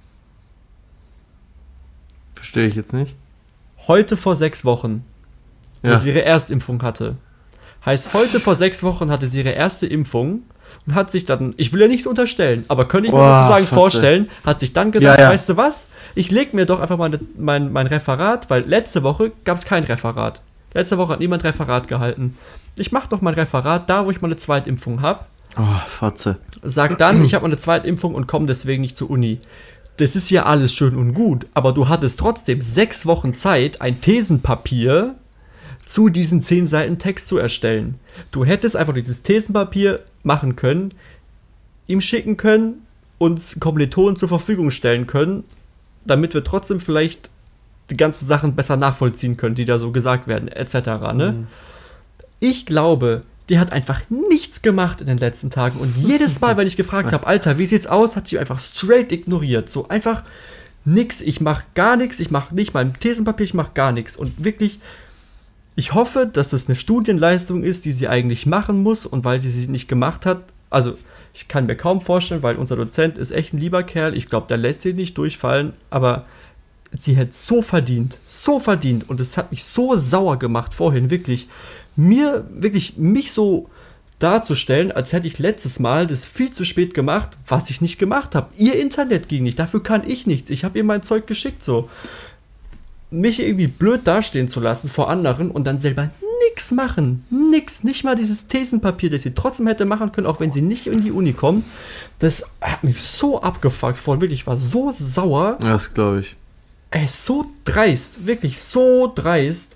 S3: Verstehe ich jetzt nicht.
S2: Heute vor 6 Wochen, wo sie ihre Erstimpfung hatte. Heißt, heute vor 6 Wochen hatte sie ihre erste Impfung und hat sich dann, ich will ja nichts unterstellen, aber könnte ich mir sozusagen vorstellen, hat sich dann gedacht, weißt du was, ich lege mir doch einfach mal mein Referat, weil letzte Woche gab es kein Referat. Letzte Woche hat niemand Referat gehalten. Ich mache doch mein Referat da, wo ich meine Zweitimpfung habe.
S3: Fotze.
S2: Sag dann, ich habe meine Zweitimpfung und komme deswegen nicht zur Uni. Das ist ja alles schön und gut, aber du hattest trotzdem 6 Wochen Zeit, ein Thesenpapier zu diesen 10 Seiten Text zu erstellen. Du hättest einfach dieses Thesenpapier machen können, ihm schicken können, uns Kommilitonen zur Verfügung stellen können, damit wir trotzdem vielleicht die ganzen Sachen besser nachvollziehen können, die da so gesagt werden, etc. Ne? Ich glaube, die hat einfach nichts gemacht in den letzten Tagen und jedes Mal, wenn ich gefragt habe, Alter, wie sieht's aus, hat sie einfach straight ignoriert. So einfach nix, ich mach gar nichts, ich mach nicht mein Thesenpapier, ich mach gar nichts. Und wirklich, ich hoffe, dass das eine Studienleistung ist, die sie eigentlich machen muss und weil sie nicht gemacht hat, also ich kann mir kaum vorstellen, weil unser Dozent ist echt ein lieber Kerl, ich glaube, der lässt sie nicht durchfallen, aber sie hätte so verdient und es hat mich so sauer gemacht vorhin, wirklich mich so darzustellen, als hätte ich letztes Mal das viel zu spät gemacht, was ich nicht gemacht habe. Ihr Internet ging nicht, dafür kann ich nichts, ich habe ihr mein Zeug geschickt, so. Mich irgendwie blöd dastehen zu lassen vor anderen und dann selber nichts machen, nicht mal dieses Thesenpapier, das sie trotzdem hätte machen können, auch wenn sie nicht in die Uni kommt, das hat mich so abgefuckt vorhin, wirklich, ich war so sauer.
S3: Das glaube ich.
S2: Ey, so dreist, wirklich so dreist.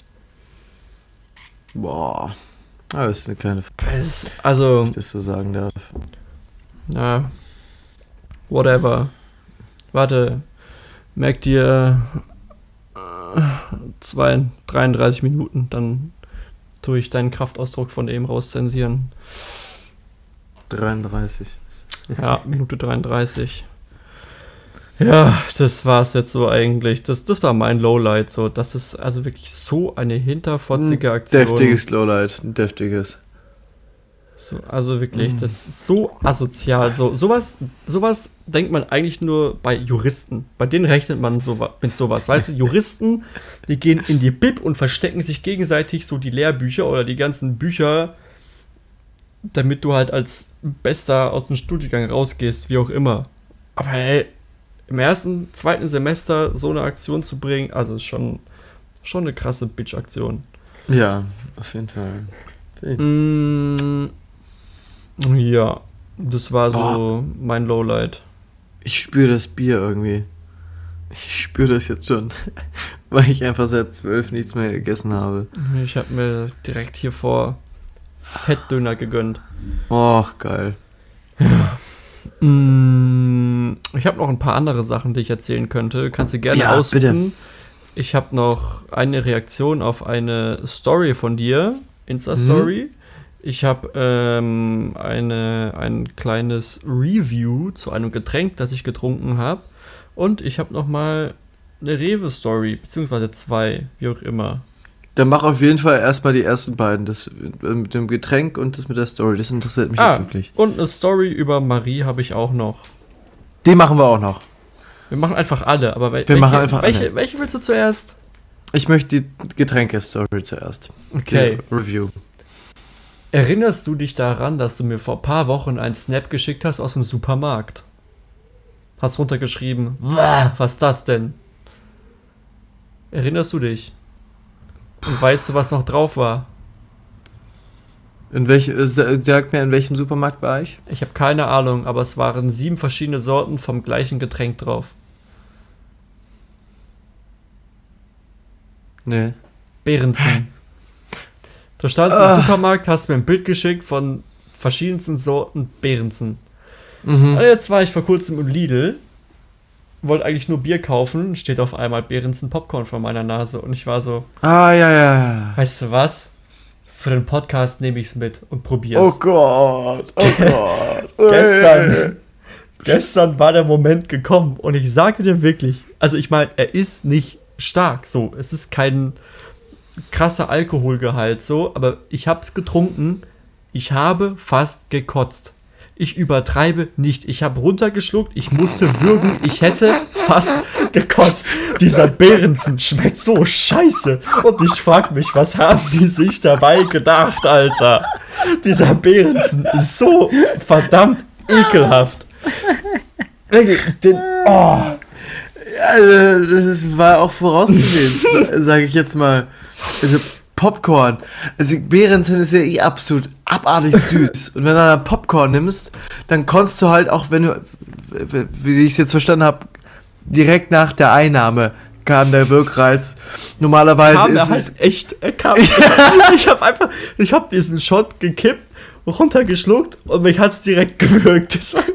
S3: Boah. Das ist eine kleine
S2: also,
S3: wenn ich das so sagen darf.
S2: Ja. Whatever. Warte. Merk dir 33 Minuten, dann tue ich deinen Kraftausdruck von eben rauszensieren.
S3: 33.
S2: Ja, Minute 33. Ja, das war's jetzt so eigentlich. Das war mein Lowlight. So, das ist also wirklich so eine hinterfotzige Aktion.
S3: Deftiges Lowlight, ein deftiges.
S2: So, also wirklich, das ist so asozial. So, sowas denkt man eigentlich nur bei Juristen. Bei denen rechnet man mit sowas. Weißt du, Juristen, die gehen in die Bib und verstecken sich gegenseitig so die Lehrbücher oder die ganzen Bücher, damit du halt als Bester aus dem Studiengang rausgehst, wie auch immer. Aber ey, im 1., 2. Semester so eine Aktion zu bringen, also ist schon eine krasse Bitch-Aktion.
S3: Ja, auf jeden Fall.
S2: Ja, das war so mein Lowlight.
S3: Ich spüre das Bier irgendwie. Ich spüre das jetzt schon, weil ich einfach seit 12 nichts mehr gegessen habe.
S2: Ich habe mir direkt hier vor Fettdöner gegönnt.
S3: Oh, geil.
S2: Ja. Ich habe noch ein paar andere Sachen, die ich erzählen könnte. Kannst du gerne aussuchen. Bitte. Ich habe noch eine Reaktion auf eine Story von dir, Insta-Story. Ich habe ein kleines Review zu einem Getränk, das ich getrunken habe. Und ich habe noch mal eine Rewe-Story, beziehungsweise 2, wie auch immer.
S3: Dann mach auf jeden Fall erstmal die ersten beiden, das mit dem Getränk und das mit der Story. Das interessiert mich jetzt wirklich.
S2: Und eine Story über Marie habe ich auch noch.
S3: Die machen wir auch noch.
S2: Wir machen einfach alle, aber
S3: alle.
S2: Welche willst du zuerst?
S3: Ich möchte die Getränke-Story zuerst.
S2: Okay.
S3: Die Review.
S2: Erinnerst du dich daran, dass du mir vor ein paar Wochen einen Snap geschickt hast aus dem Supermarkt? Hast runtergeschrieben, was ist das denn? Erinnerst du dich? Und weißt du, was noch drauf war?
S3: Sag mir, in welchem Supermarkt war ich?
S2: Ich habe keine Ahnung, aber es waren 7 verschiedene Sorten vom gleichen Getränk drauf.
S3: Nee.
S2: Behrensen. Du standst im Supermarkt, hast mir ein Bild geschickt von verschiedensten Sorten Behrensen. Und jetzt war ich vor kurzem im Lidl, wollte eigentlich nur Bier kaufen, steht auf einmal Behrensen Popcorn vor meiner Nase und ich war so,
S3: ja.
S2: weißt du was? Für den Podcast nehme ich es mit und probier's.
S3: Oh Gott.
S2: Gestern war der Moment gekommen und ich sage dir wirklich, also ich meine, er ist nicht stark so, es ist kein krasser Alkoholgehalt so, aber ich hab's getrunken, ich habe fast gekotzt. Ich übertreibe nicht. Ich habe runtergeschluckt, ich musste würgen, ich hätte fast gekotzt. Dieser Behrensen schmeckt so scheiße. Und ich frage mich, was haben die sich dabei gedacht, Alter? Dieser Behrensen ist so verdammt ekelhaft.
S3: War auch vorauszusehen, sage ich jetzt mal. Also Popcorn. Also Behrensen ist ja absolut abartig süß. Und wenn du dann Popcorn nimmst, dann kannst du halt auch, wenn du, wie ich es jetzt verstanden habe, direkt nach der Einnahme kam der Wirkreiz. Normalerweise ich habe diesen Shot gekippt, runtergeschluckt und mich hat's direkt gewürgt. Das war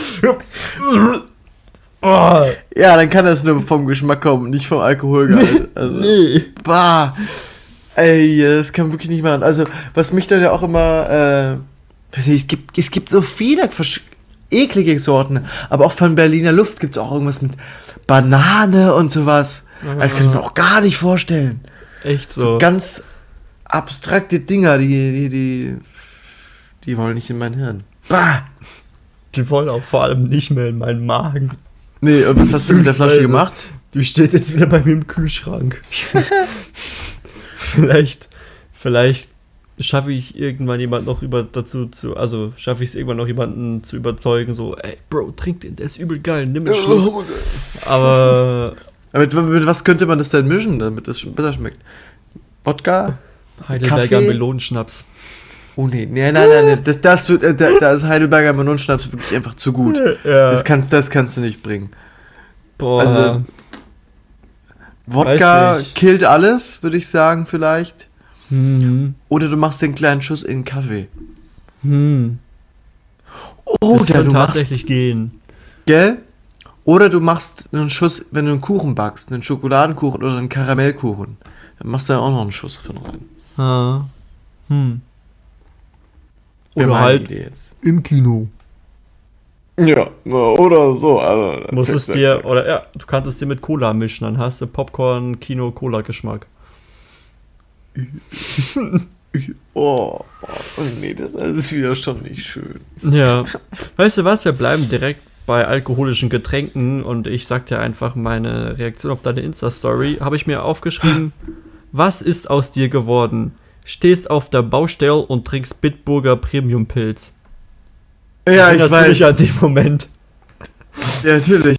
S3: so. Ja, dann kann das nur vom Geschmack kommen, nicht vom Alkoholgehalt. Also, nee. Bah. Ey, das kann wirklich nicht machen. Also, was mich dann ja auch immer, es gibt so viele eklige Sorten, aber auch von Berliner Luft gibt es auch irgendwas mit Banane und sowas. Das kann ich mir auch gar nicht vorstellen.
S2: Echt so?
S3: So ganz abstrakte Dinger, die wollen nicht in mein Hirn. Bah!
S2: Die wollen auch vor allem nicht mehr in meinen Magen.
S3: Nee, und was hast du mit der Flasche gemacht?
S2: Die steht jetzt wieder bei mir im Kühlschrank. Vielleicht schaffe ich irgendwann jemanden noch schaffe ich es irgendwann noch jemanden zu überzeugen, so, ey, Bro, trink den, der ist übel geil, nimm einen Schluck. Aber
S3: mit was könnte man das denn mischen, damit das besser schmeckt? Wodka?
S2: Heidelberger
S3: Kaffee?
S2: Melonenschnaps.
S3: Oh nee, nein, da ist Heidelberger Melonenschnaps wirklich einfach zu gut. Ja. Das kannst du nicht bringen.
S2: Boah.
S3: Also, Wodka killt alles, würde ich sagen, vielleicht. Oder du machst den kleinen Schuss in Kaffee.
S2: Oder du tatsächlich gehen.
S3: Gell? Oder du machst einen Schuss, wenn du einen Kuchen backst, einen Schokoladenkuchen oder einen Karamellkuchen, dann machst du da auch noch einen Schuss von rein.
S2: Oder halt im Kino.
S3: Ja, oder so. Also,
S2: du kannst es dir mit Cola mischen, dann hast du Popcorn, Kino, Cola-Geschmack.
S3: Nee, das ist wieder schon nicht schön.
S2: Ja, weißt du was, wir bleiben direkt bei alkoholischen Getränken und ich sag dir einfach meine Reaktion auf deine Insta-Story. Habe ich mir aufgeschrieben, was ist aus dir geworden? Stehst auf der Baustelle und trinkst Bitburger Premium-Pilz.
S3: Ja, ich weiß.
S2: Du dich an den Moment?
S3: Ja, natürlich.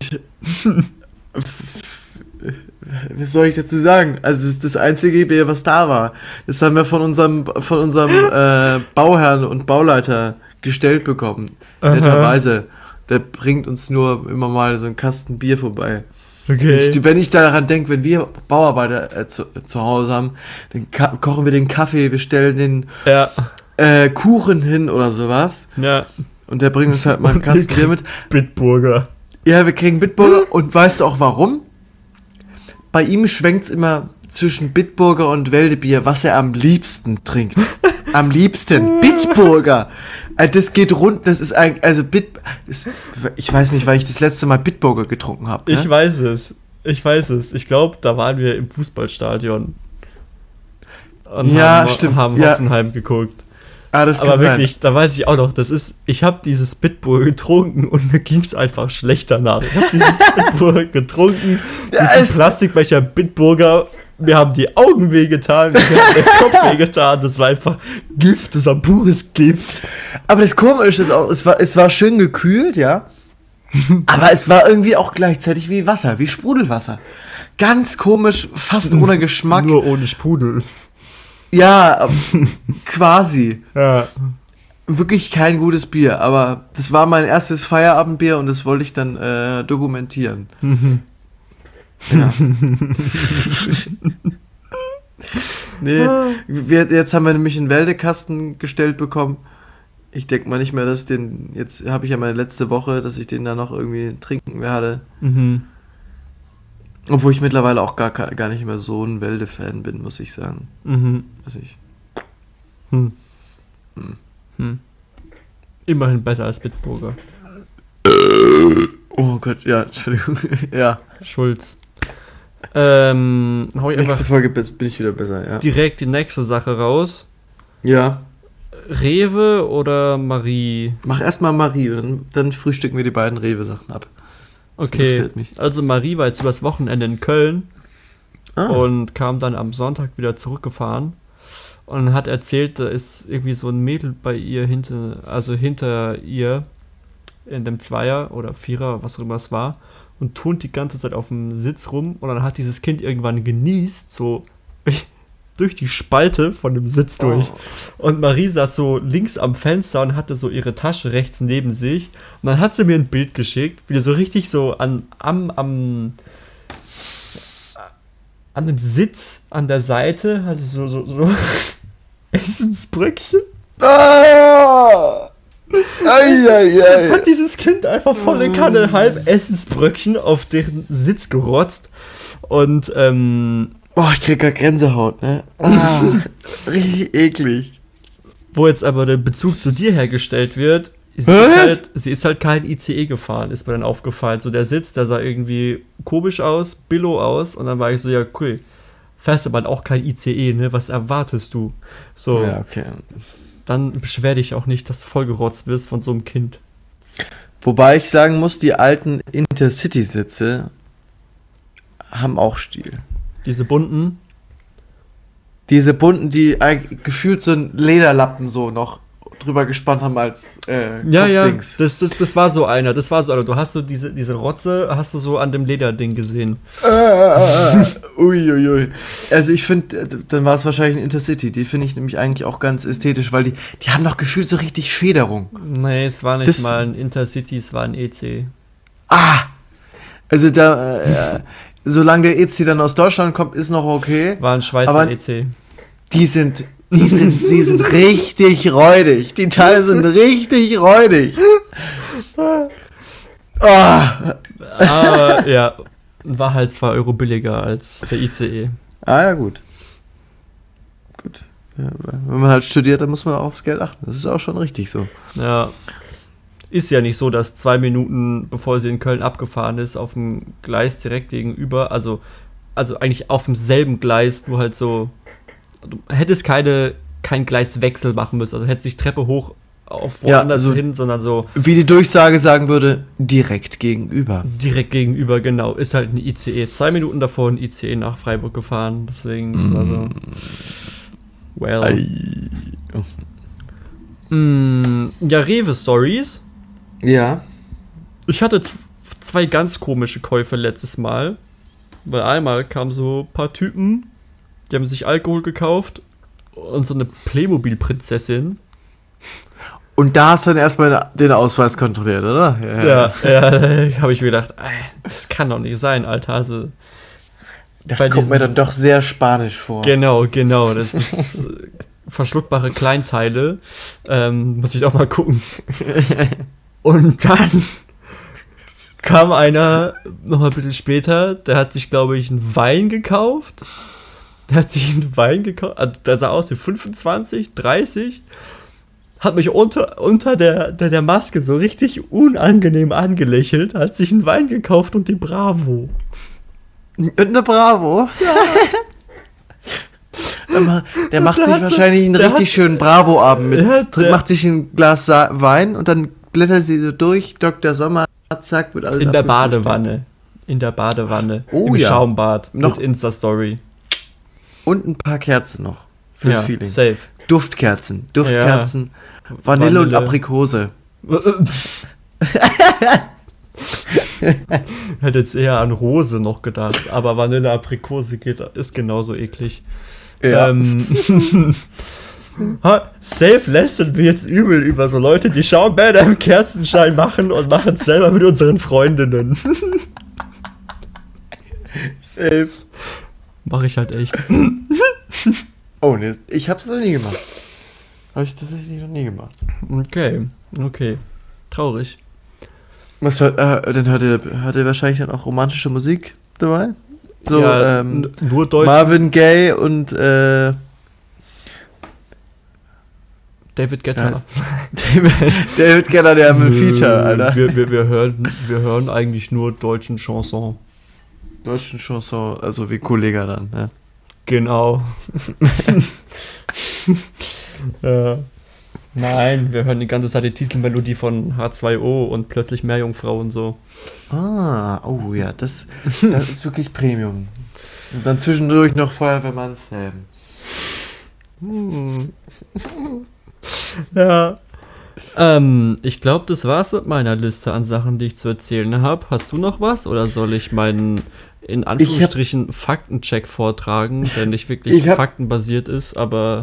S3: Was soll ich dazu sagen? Also, es ist das einzige Bier, was da war. Das haben wir von unserem Bauherrn und Bauleiter gestellt bekommen. Netterweise. Der bringt uns nur immer mal so einen Kasten Bier vorbei.
S2: Okay.
S3: Wenn ich daran denke, wenn wir Bauarbeiter zu Hause haben, dann kochen wir den Kaffee, wir stellen den Kuchen hin oder sowas.
S2: Ja.
S3: Und der bringt uns halt mal einen Kasten Bier mit.
S2: Bitburger.
S3: Ja, wir kriegen Bitburger. Und weißt du auch warum? Bei ihm schwenkt es immer zwischen Bitburger und Weldebier, was er am liebsten trinkt. Am liebsten. Bitburger. Das geht rund, das ist ein, ich weiß nicht, weil ich das letzte Mal Bitburger getrunken habe. Ne?
S2: Ich weiß es. Ich weiß es. Ich glaube, da waren wir im Fußballstadion. Und
S3: stimmt.
S2: haben Hoffenheim geguckt.
S3: Das kann
S2: Aber
S3: sein.
S2: wirklich, da weiß ich auch noch, ich habe dieses Bitburger getrunken und mir ging es einfach schlecht danach. Ich habe dieses Bitburger getrunken, diesen Plastikbecher Bitburger, mir haben die Augen wehgetan, mir hat der Kopf wehgetan, das war einfach Gift, das war pures Gift.
S3: Aber das Komische ist auch, es war schön gekühlt, ja. Aber es war irgendwie auch gleichzeitig wie Wasser, wie Sprudelwasser. Ganz komisch, fast ohne Geschmack.
S2: Nur ohne Sprudel.
S3: Ja, quasi.
S2: Ja.
S3: Wirklich kein gutes Bier, aber das war mein erstes Feierabendbier und das wollte ich dann dokumentieren. Ja. Nee, jetzt haben wir nämlich einen Wäldekasten gestellt bekommen. Ich denke mal nicht mehr, dass ich den, jetzt habe ich ja meine letzte Woche, dass ich den da noch irgendwie trinken werde. Obwohl ich mittlerweile auch gar nicht mehr so ein Wälde-Fan bin, muss ich sagen. Also
S2: Immerhin besser als Bitburger.
S3: Oh Gott, ja, Entschuldigung. Ja.
S2: Schulz. Hau ich
S3: Nächste
S2: einfach
S3: Folge bin ich wieder besser, ja.
S2: direkt die nächste Sache raus.
S3: Ja.
S2: Rewe oder Marie?
S3: Mach erstmal Marie und dann frühstücken wir die beiden Rewe-Sachen ab. Das
S2: Okay,
S3: interessiert mich.
S2: also Marie war jetzt übers Wochenende in Köln
S3: Ah.
S2: und kam dann am Sonntag wieder zurückgefahren und hat erzählt, da ist irgendwie so ein Mädel bei ihr hinter ihr in dem Zweier oder Vierer, was auch immer es war, und turnt die ganze Zeit auf dem Sitz rum und dann hat dieses Kind irgendwann genießt, so durch die Spalte von dem Sitz durch. Und Marie saß so links am Fenster und hatte so ihre Tasche rechts neben sich. Und dann hat sie mir ein Bild geschickt, wie die so richtig so an dem Sitz an der Seite hatte so Essensbröckchen. Hat dieses Kind einfach volle Kanne halb Essensbröckchen auf deren Sitz gerotzt. Und
S3: Ich krieg grad Gänsehaut, ne? Richtig eklig.
S2: wo jetzt aber der Bezug zu dir hergestellt wird, sie ist halt kein ICE gefahren, ist mir dann aufgefallen. So der Sitz, der sah irgendwie komisch aus, billow aus, und dann war ich so, ja cool, fährst aber auch kein ICE, ne? Was erwartest du? So,
S3: Ja, okay.
S2: dann beschwer dich auch nicht, dass du vollgerotzt wirst von so einem Kind.
S3: Wobei ich sagen muss, die alten Intercity-Sitze haben auch Stil.
S2: Diese bunten,
S3: Diese bunten, die gefühlt so ein Lederlappen so noch drüber gespannt haben als Kopfdings.
S2: das war so einer, du hast so diese Rotze, hast du so an dem Lederding gesehen.
S3: Uiuiui. Also ich finde, dann war es wahrscheinlich ein Intercity. Die finde ich nämlich eigentlich auch ganz ästhetisch, weil die haben noch gefühlt so richtig Federung.
S2: Nee, es war nicht mal ein Intercity, es war ein EC.
S3: Also da, solange der EC dann aus Deutschland kommt, ist noch okay.
S2: War ein Schweizer
S3: Aber
S2: EC.
S3: sie sind richtig räudig. Die Teile sind richtig räudig.
S2: Aber ja, war halt 2 Euro billiger als der ICE.
S3: Ja, gut. Ja, wenn man halt studiert, dann muss man auch aufs Geld achten. Das ist auch schon richtig so.
S2: Ja. Ist ja nicht so, dass 2 Minuten, bevor sie in Köln abgefahren ist, auf dem Gleis direkt gegenüber, also eigentlich auf demselben Gleis, nur halt so, du hättest kein Gleiswechsel machen müssen, also hättest nicht Treppe hoch auf woanders hin, sondern so.
S3: Wie die Durchsage sagen würde, direkt gegenüber.
S2: Direkt gegenüber, genau. Ist halt ein ICE. 2 Minuten davor ein ICE nach Freiburg gefahren, deswegen, das war so. Well. Ja, Rewe-Stories.
S3: Ja.
S2: Ich hatte 2 ganz komische Käufe letztes Mal, weil einmal kamen so ein paar Typen, die haben sich Alkohol gekauft und so eine Playmobil-Prinzessin.
S3: Und da hast du dann erstmal den Ausweis kontrolliert, oder?
S2: Ja, habe ich mir gedacht, das kann doch nicht sein, Alter. Also,
S3: das kommt mir dann doch sehr spanisch vor.
S2: Genau, das ist verschluckbare Kleinteile. Muss ich auch mal gucken. Und dann kam einer noch mal ein bisschen später, der hat sich, glaube ich, einen Wein gekauft. Also, der sah aus wie 25, 30. Hat mich unter der Maske so richtig unangenehm angelächelt, hat sich einen Wein gekauft und die Bravo.
S3: Und eine Bravo. Ja. Der macht sich wahrscheinlich einen richtig schönen Bravo-Abend mit. Macht sich ein Glas Wein und dann blättert sie so durch. Dr. Sommer, zack, wird alles
S2: in der Badewanne. In der Badewanne.
S3: Oh,
S2: im
S3: ja.
S2: Schaumbad.
S3: Noch
S2: mit Insta-Story.
S3: Und ein paar Kerzen noch. Fürs Feeling.
S2: Safe.
S3: Duftkerzen. Vanille und Aprikose.
S2: Hätte jetzt eher an Rose noch gedacht, aber Vanille Aprikose ist genauso eklig.
S3: Ja.
S2: Safe lästern wir jetzt übel über so Leute, die Schaumbäder im Kerzenschein machen und machen es selber mit unseren Freundinnen.
S3: Safe.
S2: Mache ich halt echt.
S3: Oh ne, ich hab's noch nie gemacht. Habe ich tatsächlich noch nie gemacht.
S2: Okay. Traurig.
S3: Was dann hört ihr wahrscheinlich dann auch romantische Musik dabei? So,
S2: ja, nur Deutsch.
S3: Marvin Gaye und
S2: David Guetta.
S3: Ja, David Guetta, der haben ein Feature, Alter.
S2: Wir hören eigentlich nur deutschen Chanson.
S3: Deutschen Chanson, also wie Kollega dann, ja.
S2: Genau. Nein, wir hören die ganze Zeit die Titelmelodie von H2O und plötzlich Meerjungfrau und so.
S3: Oh ja, das ist wirklich Premium. Und dann zwischendurch noch Feuerwehrmannshelm.
S2: Ja. Ich glaube, das war's mit meiner Liste an Sachen, die ich zu erzählen habe. Hast du noch was oder soll ich meinen, in Anführungsstrichen, Faktencheck vortragen, der nicht wirklich faktenbasiert ist, aber...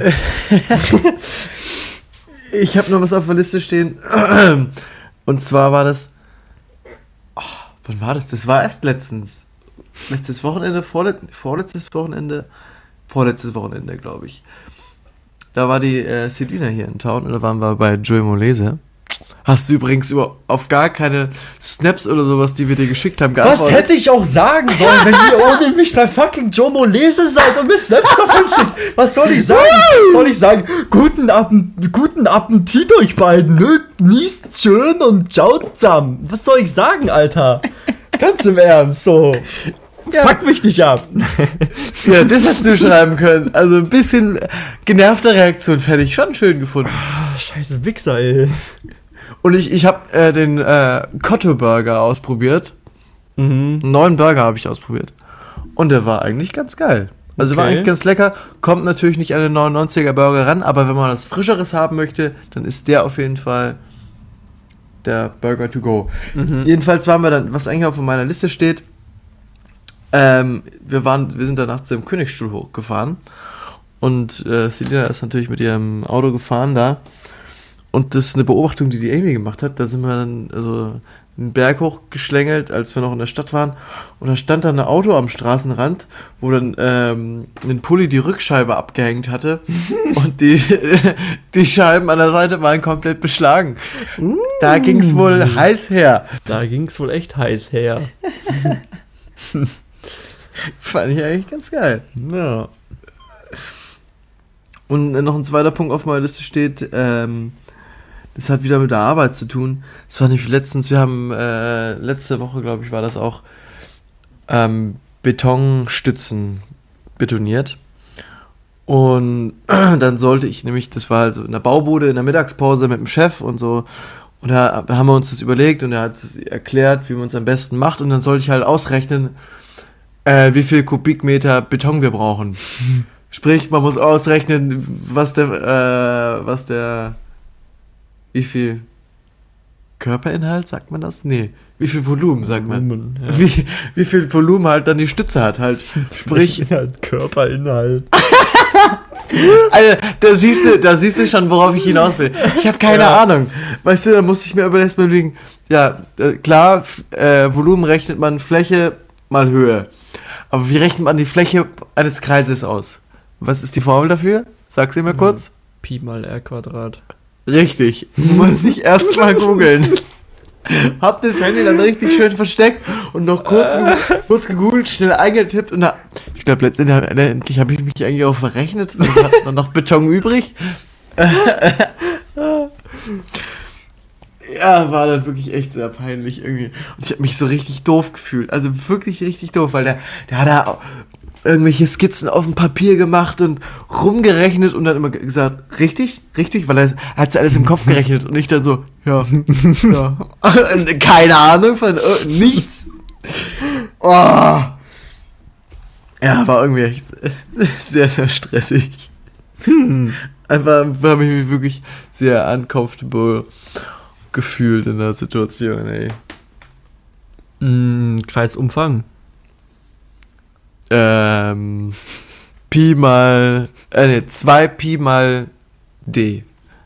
S3: Ich habe noch was auf der Liste stehen. Und zwar war das... wann war das? Das war erst letztens. Letztes Wochenende, vorletztes Wochenende, glaube ich. Da war die Selina hier in Town und da waren wir bei Joey Molese. Hast du übrigens auf gar keine Snaps oder sowas, die wir dir geschickt haben, geantwortet?
S2: Was hätte ich auch sagen sollen, wenn ihr ohne mich bei fucking Joe Molese seid und mir Snaps davon schickt? Was soll ich sagen? Soll ich sagen, guten Appetit euch beiden, ne? Niest schön und schaut zusammen. Was soll ich sagen, Alter? Ganz im Ernst, so. Ja. Fuck mich nicht ab.
S3: Ja, das hättest du schreiben können. Also ein bisschen genervte Reaktion hätte ich schon schön gefunden.
S2: Scheiße Wichser, ey.
S3: Und ich habe den Cotto Burger ausprobiert. Einen neuen Burger habe ich ausprobiert. Und der war eigentlich ganz geil. Also war eigentlich ganz lecker. Kommt natürlich nicht an den 99er Burger ran, aber wenn man was Frischeres haben möchte, dann ist der auf jeden Fall der Burger to go. Jedenfalls waren wir dann, was eigentlich auf meiner Liste steht, wir sind danach zum Königsstuhl hochgefahren und Selina ist natürlich mit ihrem Auto gefahren da und das ist eine Beobachtung, die Amy gemacht hat. Da sind wir dann also einen Berg hochgeschlängelt, als wir noch in der Stadt waren und da stand dann ein Auto am Straßenrand, wo dann ein Pulli die Rückscheibe abgehängt hatte und die Scheiben an der Seite waren komplett beschlagen. Da ging es wohl heiß her.
S2: Da ging es wohl echt heiß her.
S3: Fand ich eigentlich ganz geil.
S2: Ja.
S3: Und noch ein zweiter Punkt auf meiner Liste steht, das hat wieder mit der Arbeit zu tun. Das war nicht letztens, wir haben letzte Woche, glaube ich, war das auch Betonstützen betoniert. Und dann sollte ich nämlich, das war also in der Baubude in der Mittagspause mit dem Chef und so. Und da haben wir uns das überlegt und er hat es erklärt, wie man es am besten macht. Und dann sollte ich halt ausrechnen, wie viel Kubikmeter Beton wir brauchen. Sprich, man muss ausrechnen, wie viel Körperinhalt, sagt man das? Nee, wie viel Volumen, sagt man. Ja. Wie viel Volumen halt dann die Stütze hat, halt. Sprich,
S2: Körperinhalt.
S3: Also, da siehst du schon, worauf ich hinaus will. Ich habe keine Ahnung. Weißt du, da muss ich mir erstmal überlegen, ja, klar, Volumen rechnet man Fläche mal Höhe. Aber wie rechnet man die Fläche eines Kreises aus? Was ist die Formel dafür? Sag sie mir kurz.
S2: Pi mal R².
S3: Richtig. Du musst dich erstmal googeln. Hab das Handy dann richtig schön versteckt und noch kurz gegoogelt, schnell eingetippt und ich glaube letztendlich habe ich mich eigentlich auch verrechnet, weil ich hatte noch Beton übrig. Ja, war dann wirklich echt sehr peinlich irgendwie. Und ich habe mich so richtig doof gefühlt. Also wirklich richtig doof, weil der hat da irgendwelche Skizzen auf dem Papier gemacht und rumgerechnet und dann immer gesagt, richtig? Richtig? Weil er hat alles im Kopf gerechnet und ich dann so, ja. Keine Ahnung von nichts. Oh. Ja, war irgendwie echt sehr, sehr stressig. Einfach habe ich mich wirklich sehr uncomfortable gefühlt in der Situation, ey.
S4: Kreisumfang.
S3: Pi mal, 2 Pi mal D.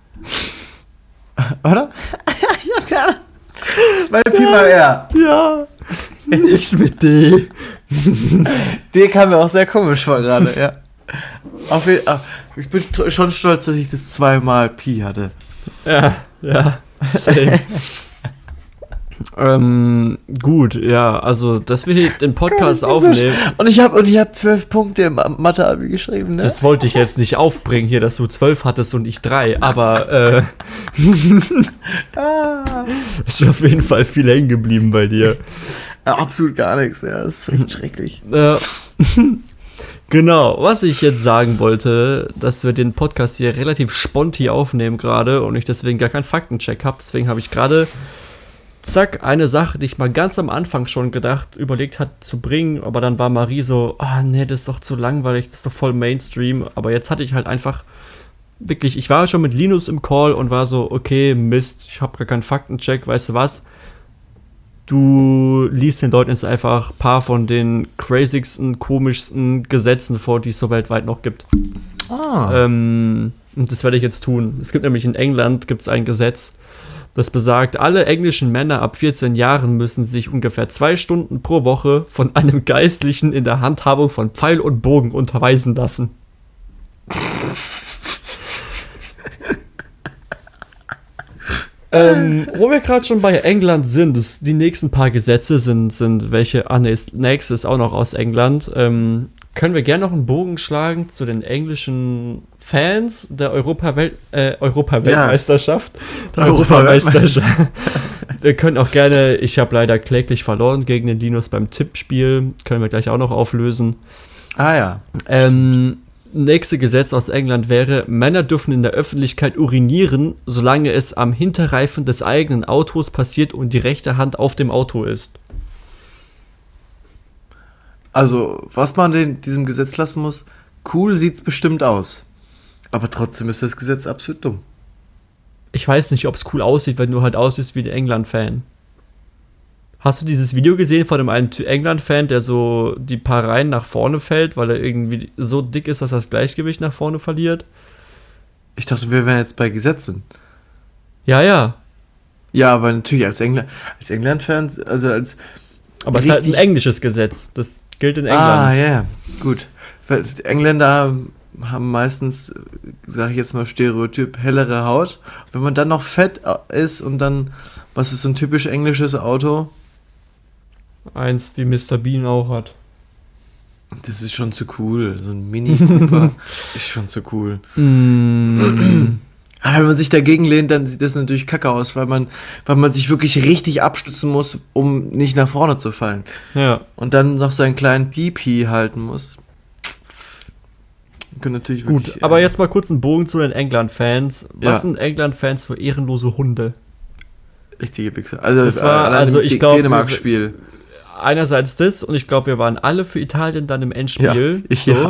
S3: Oder? Ich hab keine Ahnung. 2 Pi mal R.
S4: Ja.
S3: Nichts mit D. D kam mir auch sehr komisch vor gerade, ja. Ich bin schon stolz, dass ich das 2 mal Pi hatte.
S4: Ja. Same. Gut, ja, also, dass wir hier den Podcast aufnehmen.
S3: Und ich hab 12 Punkte im Mathe-Abi geschrieben, ne?
S4: Das wollte ich jetzt nicht aufbringen hier, dass du 12 hattest und ich 3, aber ist auf jeden Fall viel hängen geblieben bei dir.
S3: Ja, absolut gar nichts, ja, das ist echt schrecklich.
S4: Genau, was ich jetzt sagen wollte, dass wir den Podcast hier relativ spontan aufnehmen gerade und ich deswegen gar keinen Faktencheck habe, deswegen habe ich gerade eine Sache, die ich mal ganz am Anfang schon überlegt hat zu bringen, aber dann war Marie so, nee, das ist doch zu langweilig, das ist doch voll Mainstream, aber jetzt hatte ich halt einfach wirklich, ich war schon mit Linus im Call und war so, okay, Mist, ich habe gar keinen Faktencheck, weißt du was? Du liest den Leuten jetzt einfach ein paar von den crazigsten, komischsten Gesetzen vor, die es so weltweit noch gibt. Und das werde ich jetzt tun. Es gibt nämlich in England gibt's ein Gesetz, das besagt, alle englischen Männer ab 14 Jahren müssen sich ungefähr 2 Stunden pro Woche von einem Geistlichen in der Handhabung von Pfeil und Bogen unterweisen lassen. Wo wir gerade schon bei England sind, die nächsten paar Gesetze sind welche, nächstes auch noch aus England, können wir gerne noch einen Bogen schlagen zu den englischen Fans der Europaweltmeisterschaft. Wir können auch gerne, ich habe leider kläglich verloren gegen den Dinos beim Tippspiel, können wir gleich auch noch auflösen.
S3: Ja.
S4: Nächste Gesetz aus England wäre, Männer dürfen in der Öffentlichkeit urinieren, solange es am Hinterreifen des eigenen Autos passiert und die rechte Hand auf dem Auto ist.
S3: Also, was man diesem Gesetz lassen muss, cool sieht's bestimmt aus. Aber trotzdem ist das Gesetz absolut dumm.
S4: Ich weiß nicht, ob es cool aussieht, wenn du halt aussiehst wie ein England-Fan. Hast du dieses Video gesehen von einem England-Fan, der so die paar Reihen nach vorne fällt, weil er irgendwie so dick ist, dass er das Gleichgewicht nach vorne verliert?
S3: Ich dachte, wir wären jetzt bei Gesetzen.
S4: Ja.
S3: Ja, aber natürlich als England-Fans, also als...
S4: Aber es ist halt ein englisches Gesetz. Das gilt in England.
S3: Ja, gut. Weil Engländer haben meistens, sage ich jetzt mal Stereotyp, hellere Haut. Wenn man dann noch fett ist und dann, was ist so ein typisch englisches Auto?
S4: Eins, wie Mr. Bean auch hat.
S3: Das ist schon zu cool. So ein Mini Cooper ist schon zu cool. Aber wenn man sich dagegen lehnt, dann sieht das natürlich kacke aus, weil man sich wirklich richtig abstützen muss, um nicht nach vorne zu fallen.
S4: Ja.
S3: Und dann noch so einen kleinen Pipi halten muss. Können natürlich wirklich,
S4: gut, aber jetzt mal kurz einen Bogen zu den England-Fans. Was
S3: Ja.
S4: sind England-Fans für ehrenlose Hunde?
S3: richtige Wichser. Also
S4: Das war, also ich glaube,
S3: Dänemark-Spiel.
S4: Einerseits das und ich glaube, wir waren alle für Italien dann im Endspiel.
S3: Ja.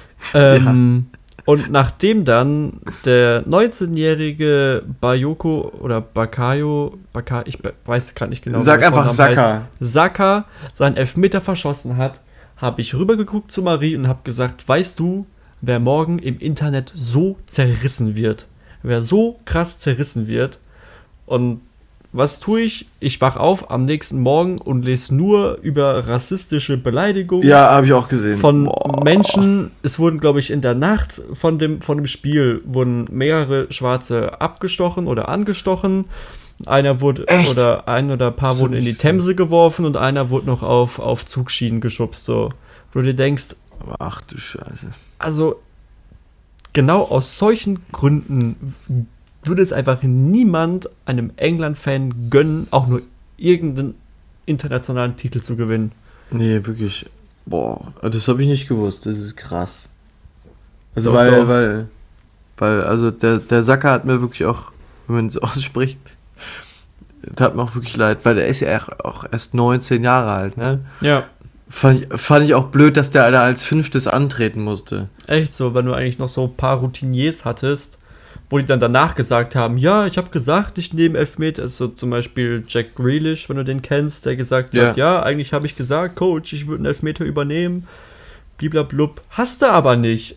S4: Und nachdem dann der 19-jährige Bakayo, ich weiß gerade nicht genau.
S3: Sag
S4: wie der
S3: einfach
S4: Vorname
S3: Saka.
S4: heißt, Saka seinen Elfmeter verschossen hat, habe ich rübergeguckt zu Marie und habe gesagt, weißt du, wer morgen im Internet so zerrissen wird? Wer so krass zerrissen wird? Und was tue ich? Ich wach auf am nächsten Morgen und lese nur über rassistische Beleidigungen.
S3: Ja, habe ich auch gesehen.
S4: Von Menschen. Es wurden, glaube ich, in der Nacht von dem Spiel wurden mehrere Schwarze abgestochen oder angestochen. Einer wurde,
S3: Echt?
S4: oder ein oder ein paar wurden in die Themse geworfen und einer wurde noch auf Zugschienen geschubst, so. Wo du dir denkst,
S3: Ach du Scheiße.
S4: also genau aus solchen Gründen würde es einfach niemand einem England-Fan gönnen, auch nur irgendeinen internationalen Titel zu gewinnen.
S3: Nee, wirklich. Boah, das habe ich nicht gewusst. Das ist krass. Also,
S4: Doch, doch.
S3: weil, also der Saka hat mir wirklich auch, wenn man es ausspricht, tat mir auch wirklich leid, weil der ist ja auch erst 19 Jahre alt, ne?
S4: Ja.
S3: Fand ich auch blöd, dass der Alter als Fünftes antreten musste.
S4: Echt so, wenn du eigentlich noch so ein paar Routiniers hattest, wo die dann danach gesagt haben, ja, ich habe gesagt, ich nehme Elfmeter. Also zum Beispiel Jack Grealish, wenn du den kennst, der gesagt hat, ja, eigentlich habe ich gesagt, Coach, ich würde einen Elfmeter übernehmen. Bliblablub. Hast du aber nicht.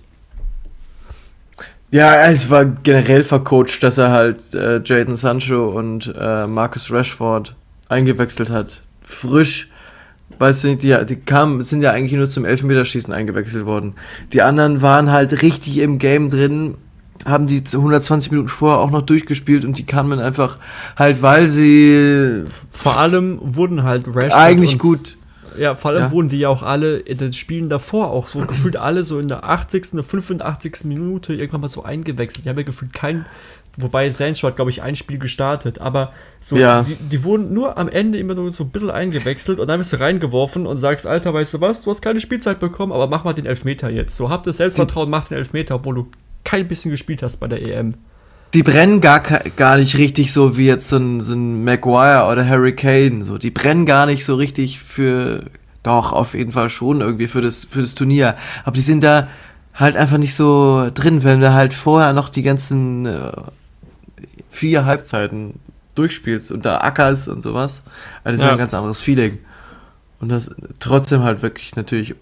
S3: Ja, es war generell vercoacht, dass er halt Jadon Sancho und Marcus Rashford eingewechselt hat. Frisch. Weißt du, sind ja eigentlich nur zum Elfmeterschießen eingewechselt worden. Die anderen waren halt richtig im Game drin, haben die 120 Minuten vorher auch noch durchgespielt und die kamen einfach halt, weil sie
S4: vor allem wurden halt Rashford
S3: eigentlich gut.
S4: Ja, vor allem wurden die ja auch alle in den Spielen davor auch so gefühlt alle so in der 80., der 85. Minute irgendwann mal so eingewechselt. Die haben ja gefühlt wobei Sancho hat, glaube ich, ein Spiel gestartet, aber so, die wurden nur am Ende immer nur so ein bisschen eingewechselt und dann bist du reingeworfen und sagst, Alter, weißt du was, du hast keine Spielzeit bekommen, aber mach mal den Elfmeter jetzt. So, hab das Selbstvertrauen, mach den Elfmeter, obwohl du kein bisschen gespielt hast bei der EM.
S3: Die brennen gar nicht richtig so wie jetzt so ein Maguire oder Harry Kane. So. Die brennen gar nicht so richtig doch, auf jeden Fall schon irgendwie für das Turnier. Aber die sind da halt einfach nicht so drin, wenn du halt vorher noch die ganzen 4 Halbzeiten durchspielst und da ackerst und sowas. Also das ist ja ein ganz anderes Feeling. Und das trotzdem halt wirklich natürlich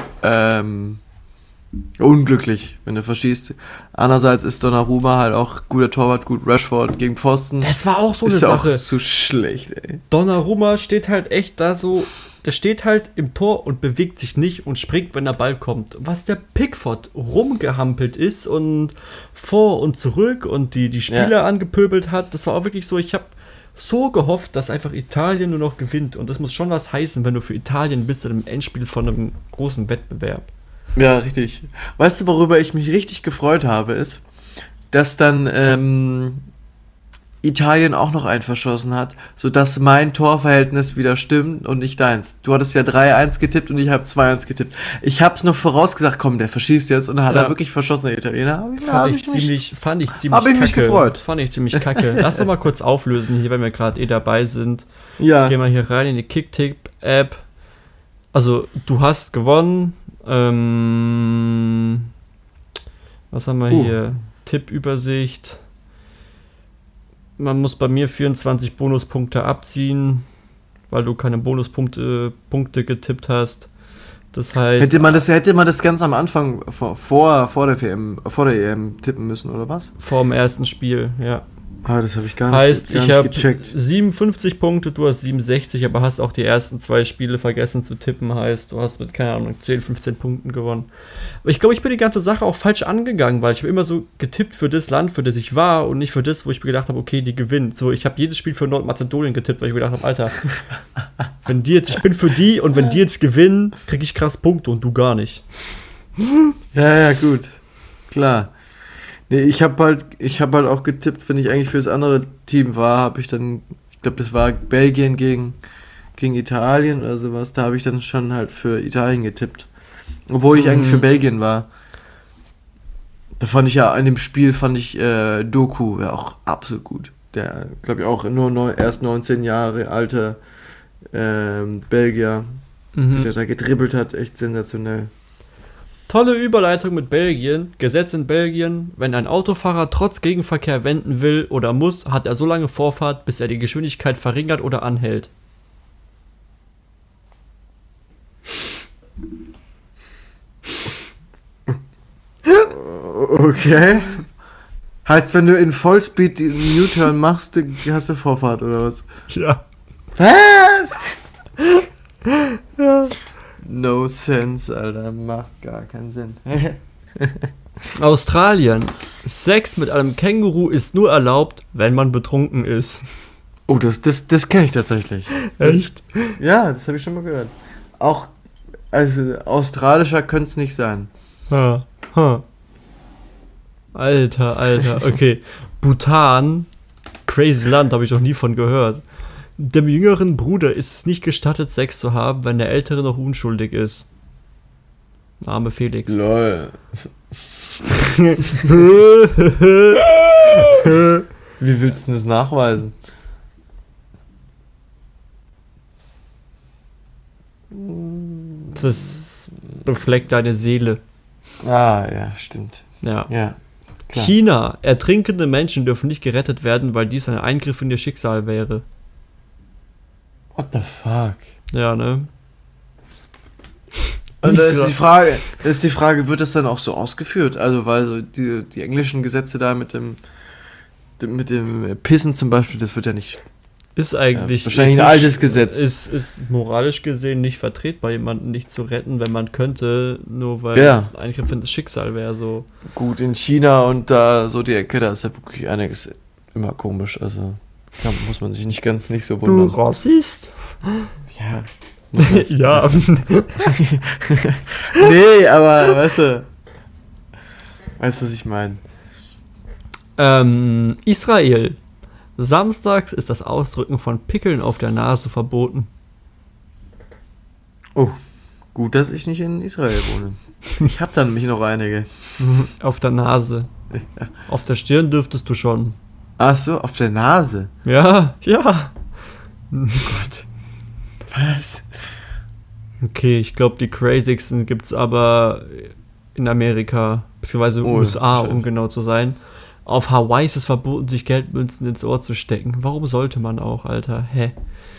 S3: unglücklich, wenn du verschießt. Andererseits ist Donnarumma halt auch guter Torwart, gut Rashford gegen Pfosten.
S4: Das war auch so eine
S3: Sache. Ist ja auch
S4: zu
S3: schlecht, ey.
S4: Donnarumma steht halt echt da so, der steht halt im Tor und bewegt sich nicht und springt, wenn der Ball kommt. Was der Pickford rumgehampelt ist und vor und zurück und die Spieler angepöbelt hat, das war auch wirklich so, ich habe so gehofft, dass einfach Italien nur noch gewinnt. Und das muss schon was heißen, wenn du für Italien bist in einem Endspiel von einem großen Wettbewerb.
S3: Ja, richtig. Weißt du, worüber ich mich richtig gefreut habe, ist, dass dann Italien auch noch einen verschossen hat, sodass mein Torverhältnis wieder stimmt und nicht deins. Du hattest ja 3-1 getippt und ich habe 2-1 getippt. Ich habe es noch vorausgesagt, komm, der verschießt jetzt und dann hat er wirklich verschossen, der Italiener.
S4: Fand ich ziemlich
S3: Habe ich mich gefreut.
S4: Fand ich ziemlich kacke. Lass doch mal kurz auflösen hier, wenn wir gerade dabei sind.
S3: Ja.
S4: Gehen wir hier rein in die Kicktipp-App. Also, du hast gewonnen. Was haben wir hier? Tippübersicht. Man muss bei mir 24 Bonuspunkte abziehen, weil du keine Bonuspunkte getippt hast. Das heißt,
S3: hätte man das ganz am Anfang vor der EM tippen müssen, oder was?
S4: Vor dem ersten Spiel, ja.
S3: Ah, das habe ich gar
S4: nicht
S3: gecheckt.
S4: Ich habe 57 Punkte, du hast 67, aber hast auch die ersten 2 Spiele vergessen zu tippen, heißt, du hast mit, keine Ahnung, 10, 15 Punkten gewonnen. Aber ich glaube, ich bin die ganze Sache auch falsch angegangen, weil ich habe immer so getippt für das Land, für das ich war und nicht für das, wo ich mir gedacht habe, okay, die gewinnen. So, ich habe jedes Spiel für Nordmazedonien getippt, weil ich mir gedacht habe, Alter, ich bin für die und wenn die jetzt gewinnen, kriege ich krass Punkte und du gar nicht.
S3: Ja, gut. Klar. Nee, ich hab halt auch getippt, wenn ich eigentlich für das andere Team war, habe ich dann, ich glaube, das war Belgien gegen Italien oder sowas, da habe ich dann schon halt für Italien getippt. Obwohl ich eigentlich für Belgien war. Da fand ich ja, in dem Spiel Doku ja auch absolut gut. Der, glaube ich, auch nur erst 19 Jahre alter Belgier, der da gedribbelt hat, echt sensationell.
S4: Tolle Überleitung mit Belgien. Gesetz in Belgien: Wenn ein Autofahrer trotz Gegenverkehr wenden will oder muss, hat er so lange Vorfahrt, bis er die Geschwindigkeit verringert oder anhält.
S3: Okay. Heißt, wenn du in Vollspeed den U-Turn machst, hast du Vorfahrt oder was?
S4: Ja.
S3: Was? Ja. No sense, Alter. Macht gar keinen Sinn.
S4: Australien: Sex mit einem Känguru ist nur erlaubt, wenn man betrunken ist.
S3: Oh, das kenne ich tatsächlich.
S4: Echt?
S3: Ja, das habe ich schon mal gehört. Auch, also, australischer könnte es nicht sein.
S4: Alter, okay. Bhutan, crazy Land, habe ich noch nie von gehört. Dem jüngeren Bruder ist es nicht gestattet, Sex zu haben, wenn der ältere noch unschuldig ist. Arme Felix.
S3: Lol. Wie willst du das nachweisen?
S4: Das befleckt deine Seele.
S3: Ah, ja, stimmt.
S4: Ja.
S3: Ja, klar.
S4: China. Ertrinkende Menschen dürfen nicht gerettet werden, weil dies ein Eingriff in ihr Schicksal wäre.
S3: What the fuck?
S4: Ja, ne?
S3: Und da ist die Frage, wird das dann auch so ausgeführt? Also, weil so die englischen Gesetze da mit dem Pissen zum Beispiel, das wird ja nicht...
S4: Ist eigentlich...
S3: Ja, wahrscheinlich ein altes Gesetz.
S4: Ist moralisch gesehen nicht vertretbar, jemanden nicht zu retten, wenn man könnte, nur weil es ein Eingriff in das Schicksal wäre, so.
S3: Gut, in China und da so die Ecke, da ist ja wirklich einiges immer komisch, also da muss man sich nicht so
S4: Du
S3: wundern.
S4: Rassist?
S3: Ja.
S4: Ja.
S3: Nee, aber weißt du, was ich meine.
S4: Israel. Samstags ist das Ausdrücken von Pickeln auf der Nase verboten.
S3: Oh, gut, dass ich nicht in Israel wohne. Ich hab dann mich noch einige.
S4: Auf der Nase.
S3: Ja.
S4: Auf der Stirn dürftest du schon.
S3: Ach so, auf der Nase.
S4: Ja, ja.
S3: Gott. Was?
S4: Okay, ich glaube, die crazigsten gibt's aber in Amerika, beziehungsweise USA, um genau zu sein. Auf Hawaii ist es verboten, sich Geldmünzen ins Ohr zu stecken. Warum sollte man auch, Alter? Hä?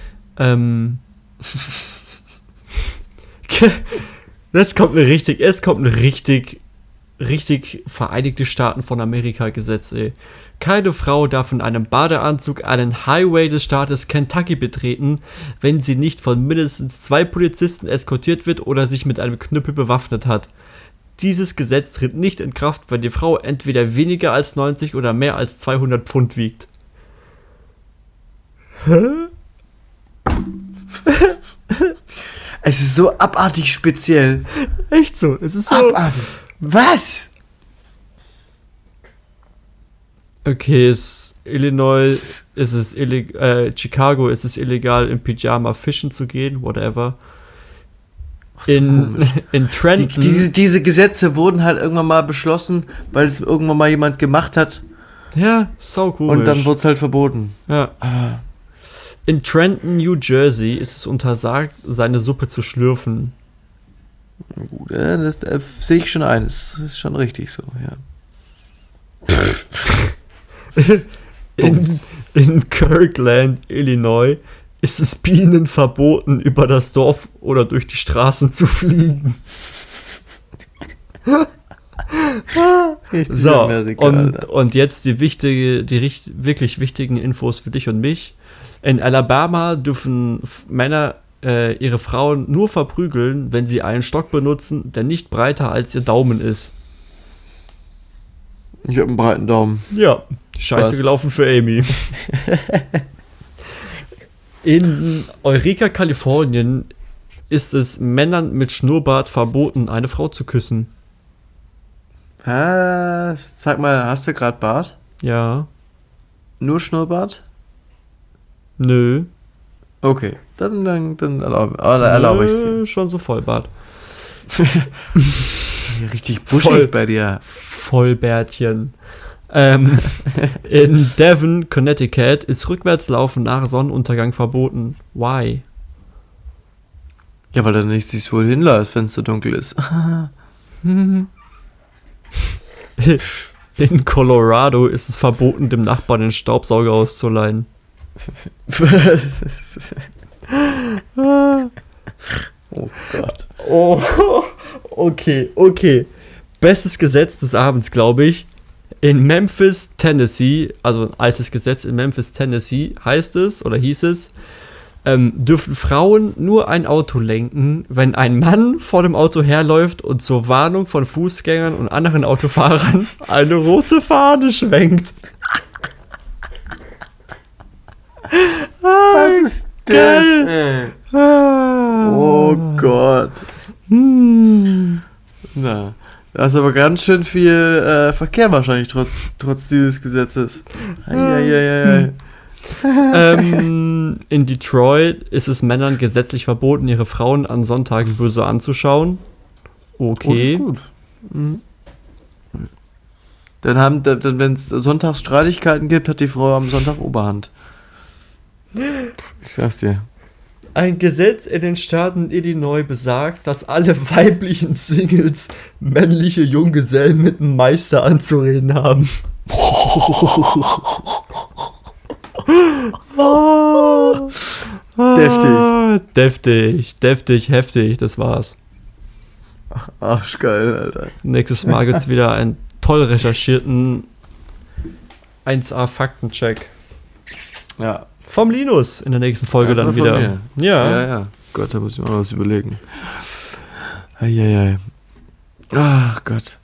S4: Es kommt ein richtig Vereinigte Staaten von Amerika Gesetz, ey. Keine Frau darf in einem Badeanzug einen Highway des Staates Kentucky betreten, wenn sie nicht von mindestens 2 Polizisten eskortiert wird oder sich mit einem Knüppel bewaffnet hat. Dieses Gesetz tritt nicht in Kraft, wenn die Frau entweder weniger als 90 oder mehr als 200 Pfund wiegt.
S3: Es ist so abartig speziell.
S4: Echt so, es ist so.
S3: Abartig. Was?
S4: Okay, Illinois ist es Chicago ist es illegal, im Pyjama fischen zu gehen, whatever.
S3: So komisch.
S4: In Trenton.
S3: Diese Gesetze wurden halt irgendwann mal beschlossen, weil es irgendwann mal jemand gemacht hat.
S4: Ja, sau komisch.
S3: Und dann wurde es halt verboten.
S4: Ja.
S3: Ah.
S4: In Trenton, New Jersey ist es untersagt, seine Suppe zu schlürfen.
S3: Gut, das sehe ich schon ein. Das ist schon richtig so, ja.
S4: In Kirkland, Illinois, ist es Bienen verboten, über das Dorf oder durch die Straßen zu fliegen. So,
S3: Amerika,
S4: und jetzt die wirklich wichtigen Infos für dich und mich. In Alabama dürfen Männer ihre Frauen nur verprügeln, wenn sie einen Stock benutzen, der nicht breiter als ihr Daumen ist.
S3: Ich habe einen breiten Daumen.
S4: Ja, scheiße
S3: Passt.
S4: gelaufen für Amy. In Eureka, Kalifornien ist es Männern mit Schnurrbart verboten, eine Frau zu küssen.
S3: Sag mal, hast du gerade Bart?
S4: Ja.
S3: Nur Schnurrbart?
S4: Nö.
S3: Okay, dann erlaube ich es.
S4: Schon so Vollbart.
S3: Richtig buschig bei dir.
S4: Vollbärtchen. In Devon, Connecticut ist Rückwärtslaufen nach Sonnenuntergang verboten. Why?
S3: Ja, weil dann nicht sich wohl hinläuft, wenn es so dunkel ist.
S4: In Colorado ist es verboten, dem Nachbarn den Staubsauger auszuleihen.
S3: Oh Gott.
S4: Oh, okay. Bestes Gesetz des Abends, glaube ich. In Memphis, Tennessee, also ein altes Gesetz in Memphis, Tennessee, hieß es, dürfen Frauen nur ein Auto lenken, wenn ein Mann vor dem Auto herläuft und zur Warnung von Fußgängern und anderen Autofahrern eine rote Fahne schwenkt.
S3: Was ist das, ey? Oh Gott. Na, Da ist aber ganz schön viel Verkehr wahrscheinlich, trotz dieses Gesetzes. Eieieiei.
S4: In Detroit ist es Männern gesetzlich verboten, ihre Frauen an Sonntagen böse anzuschauen. Okay.
S3: Gut. Mhm. Dann, wenn es Sonntagsstreitigkeiten gibt, hat die Frau am Sonntag Oberhand. Ich sag's dir.
S4: Ein Gesetz in den Staaten Illinois besagt, dass alle weiblichen Singles männliche Junggesellen mit einem Meister anzureden haben. Deftig, heftig, das war's.
S3: Arschgeil, Alter.
S4: Nächstes Mal gibt's wieder einen toll recherchierten 1A-Faktencheck.
S3: Ja.
S4: Vom Linus in der nächsten Folge dann wieder.
S3: Ja. Gott, da muss ich mir mal was überlegen. Eieiei. Ach Gott.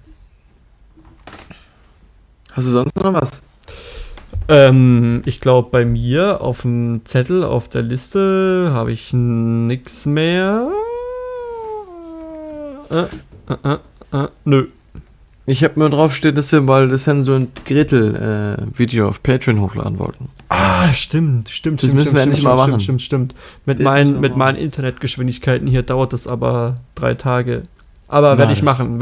S3: Hast du sonst noch was?
S4: Ich glaube, bei mir auf dem Zettel, auf der Liste habe ich nix mehr. Nö.
S3: Ich habe nur draufstehen, dass wir mal das Hänsel und Gretel Video auf Patreon hochladen wollten.
S4: Stimmt.
S3: Das müssen wir endlich mal machen.
S4: Stimmt. Mit meinen Internetgeschwindigkeiten hier dauert das aber 3 Tage. Aber werde ich machen.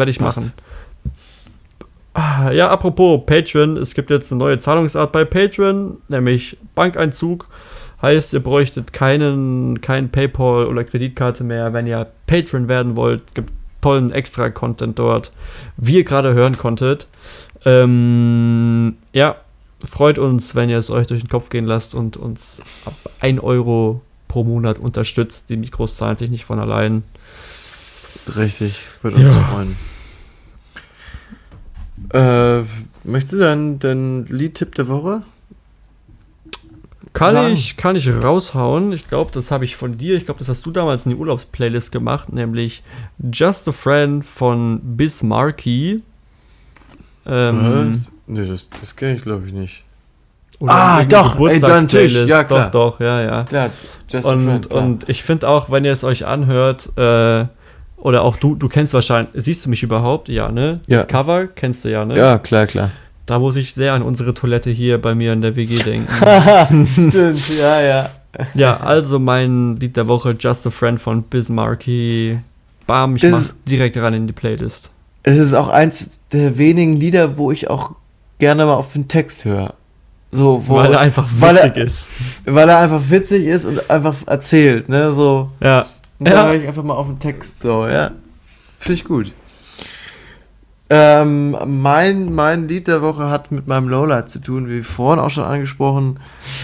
S4: Ja, apropos Patreon, es gibt jetzt eine neue Zahlungsart bei Patreon, nämlich Bankeinzug. Heißt, ihr bräuchtet kein PayPal oder Kreditkarte mehr, wenn ihr Patreon werden wollt. Gibt tollen Extra-Content dort, wie ihr gerade hören konntet. Ja, freut uns, wenn ihr es euch durch den Kopf gehen lasst und uns ab 1 Euro pro Monat unterstützt. Die Mikros zahlen sich nicht von allein.
S3: Richtig, würde uns freuen. Möchtest du dann den Liedtipp der Woche?
S4: Kann ich raushauen. Ich glaube, das habe ich von dir. Ich glaube, das hast du damals in die Urlaubsplaylist gemacht, nämlich Just a Friend von Biz Markie.
S3: Was? Nee, das kenne ich, glaube ich, nicht.
S4: Doch,
S3: natürlich. Ja, klar.
S4: Doch, ja.
S3: Klar, Just a Friend, klar.
S4: Und ich finde auch, wenn ihr es euch anhört, oder auch du kennst wahrscheinlich, siehst du mich überhaupt? Ja, ne? Das Cover kennst du ja, ne?
S3: Ja, klar.
S4: Da muss ich sehr an unsere Toilette hier bei mir in der WG denken.
S3: Stimmt, ja.
S4: Ja, also mein Lied der Woche, Just a Friend von Biz Markie. Bam, ich mach's direkt rein in die Playlist.
S3: Es ist auch eins der wenigen Lieder, wo ich auch gerne mal auf den Text höre. So,
S4: weil er einfach witzig ist.
S3: Weil er einfach witzig ist und einfach erzählt, ne? So.
S4: Ja.
S3: Und da höre ich einfach mal auf den Text, so, ja. Finde ich gut. Mein Lied der Woche hat mit meinem Lowlight zu tun, wie vorhin auch schon angesprochen.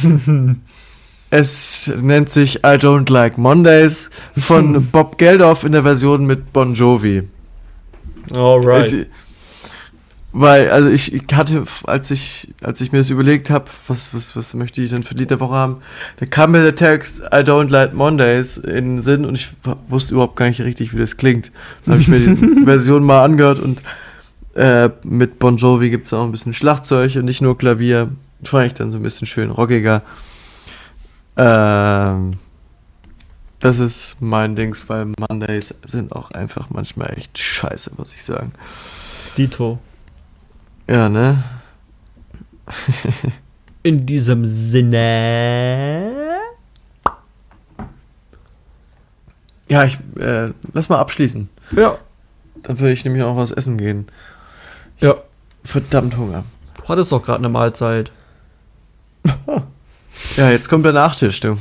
S3: Es nennt sich I Don't Like Mondays von Bob Geldof in der Version mit Bon Jovi.
S4: Alright.
S3: Weil, also ich hatte, als ich mir das überlegt habe, was möchte ich denn für Lied der Woche haben, da kam mir der Text I Don't Like Mondays in den Sinn und ich wusste überhaupt gar nicht richtig, wie das klingt. Dann habe ich mir die Version mal angehört und mit Bon Jovi gibt es auch ein bisschen Schlagzeug und nicht nur Klavier. Das fand ich dann so ein bisschen schön rockiger. Das ist mein Dings, weil Mondays sind auch einfach manchmal echt scheiße, muss ich sagen.
S4: Dito.
S3: Ja, ne?
S4: In diesem Sinne.
S3: Ja, lass mal abschließen.
S4: Ja.
S3: Dann würde ich nämlich auch was essen gehen.
S4: Ja.
S3: Verdammt Hunger.
S4: Du hattest doch gerade eine Mahlzeit.
S3: Ja, jetzt kommt der Nachtisch, du.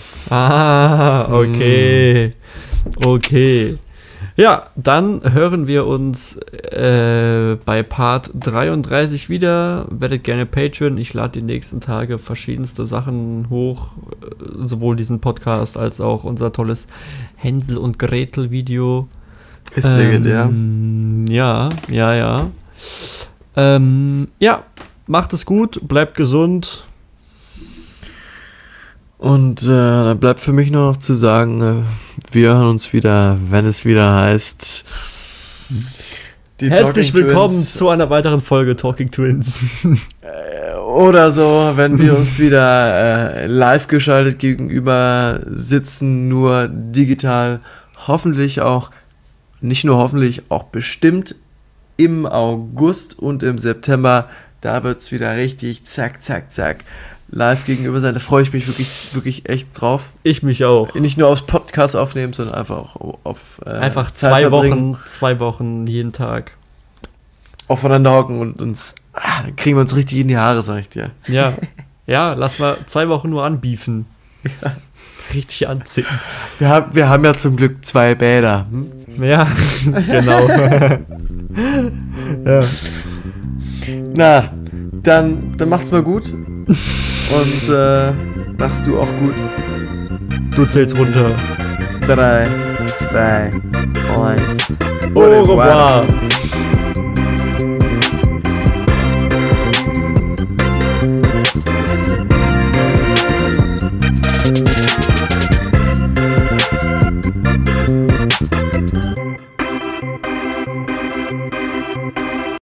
S4: Okay. Okay. Ja, dann hören wir uns bei Part 33 wieder. Werdet gerne Patreon. Ich lade die nächsten Tage verschiedenste Sachen hoch. Sowohl diesen Podcast als auch unser tolles Hänsel und Gretel Video.
S3: Ist legendär.
S4: Ja. Ja, macht es gut, bleibt gesund.
S3: Und dann bleibt für mich nur noch zu sagen, wir hören uns wieder, wenn es wieder heißt.
S4: Herzlich willkommen zu einer weiteren Folge Talking Twins.
S3: Oder so, wenn wir uns wieder live geschaltet gegenüber sitzen, nur digital. Hoffentlich auch, nicht nur hoffentlich, auch bestimmt im August und im September. Da wird es wieder richtig zack, zack, zack live gegenüber sein. Da freue ich mich wirklich, wirklich echt drauf.
S4: Ich mich auch.
S3: Nicht nur aufs Podcast aufnehmen, sondern einfach auch auf
S4: Einfach
S3: Zeit verbringen.
S4: 2 Wochen jeden Tag.
S3: Aufeinander hocken und uns, dann kriegen wir uns richtig in die Haare, sag ich dir.
S4: Ja. Ja, lass mal 2 Wochen nur anbiefen.
S3: Ja.
S4: Richtig anzicken.
S3: Wir haben ja zum Glück 2 Bäder. Hm?
S4: Ja, genau.
S3: Ja. Na, dann macht's mal gut. Und machst du auch gut.
S4: Du zählst runter.
S3: 3, 2, 1.
S4: Au revoir.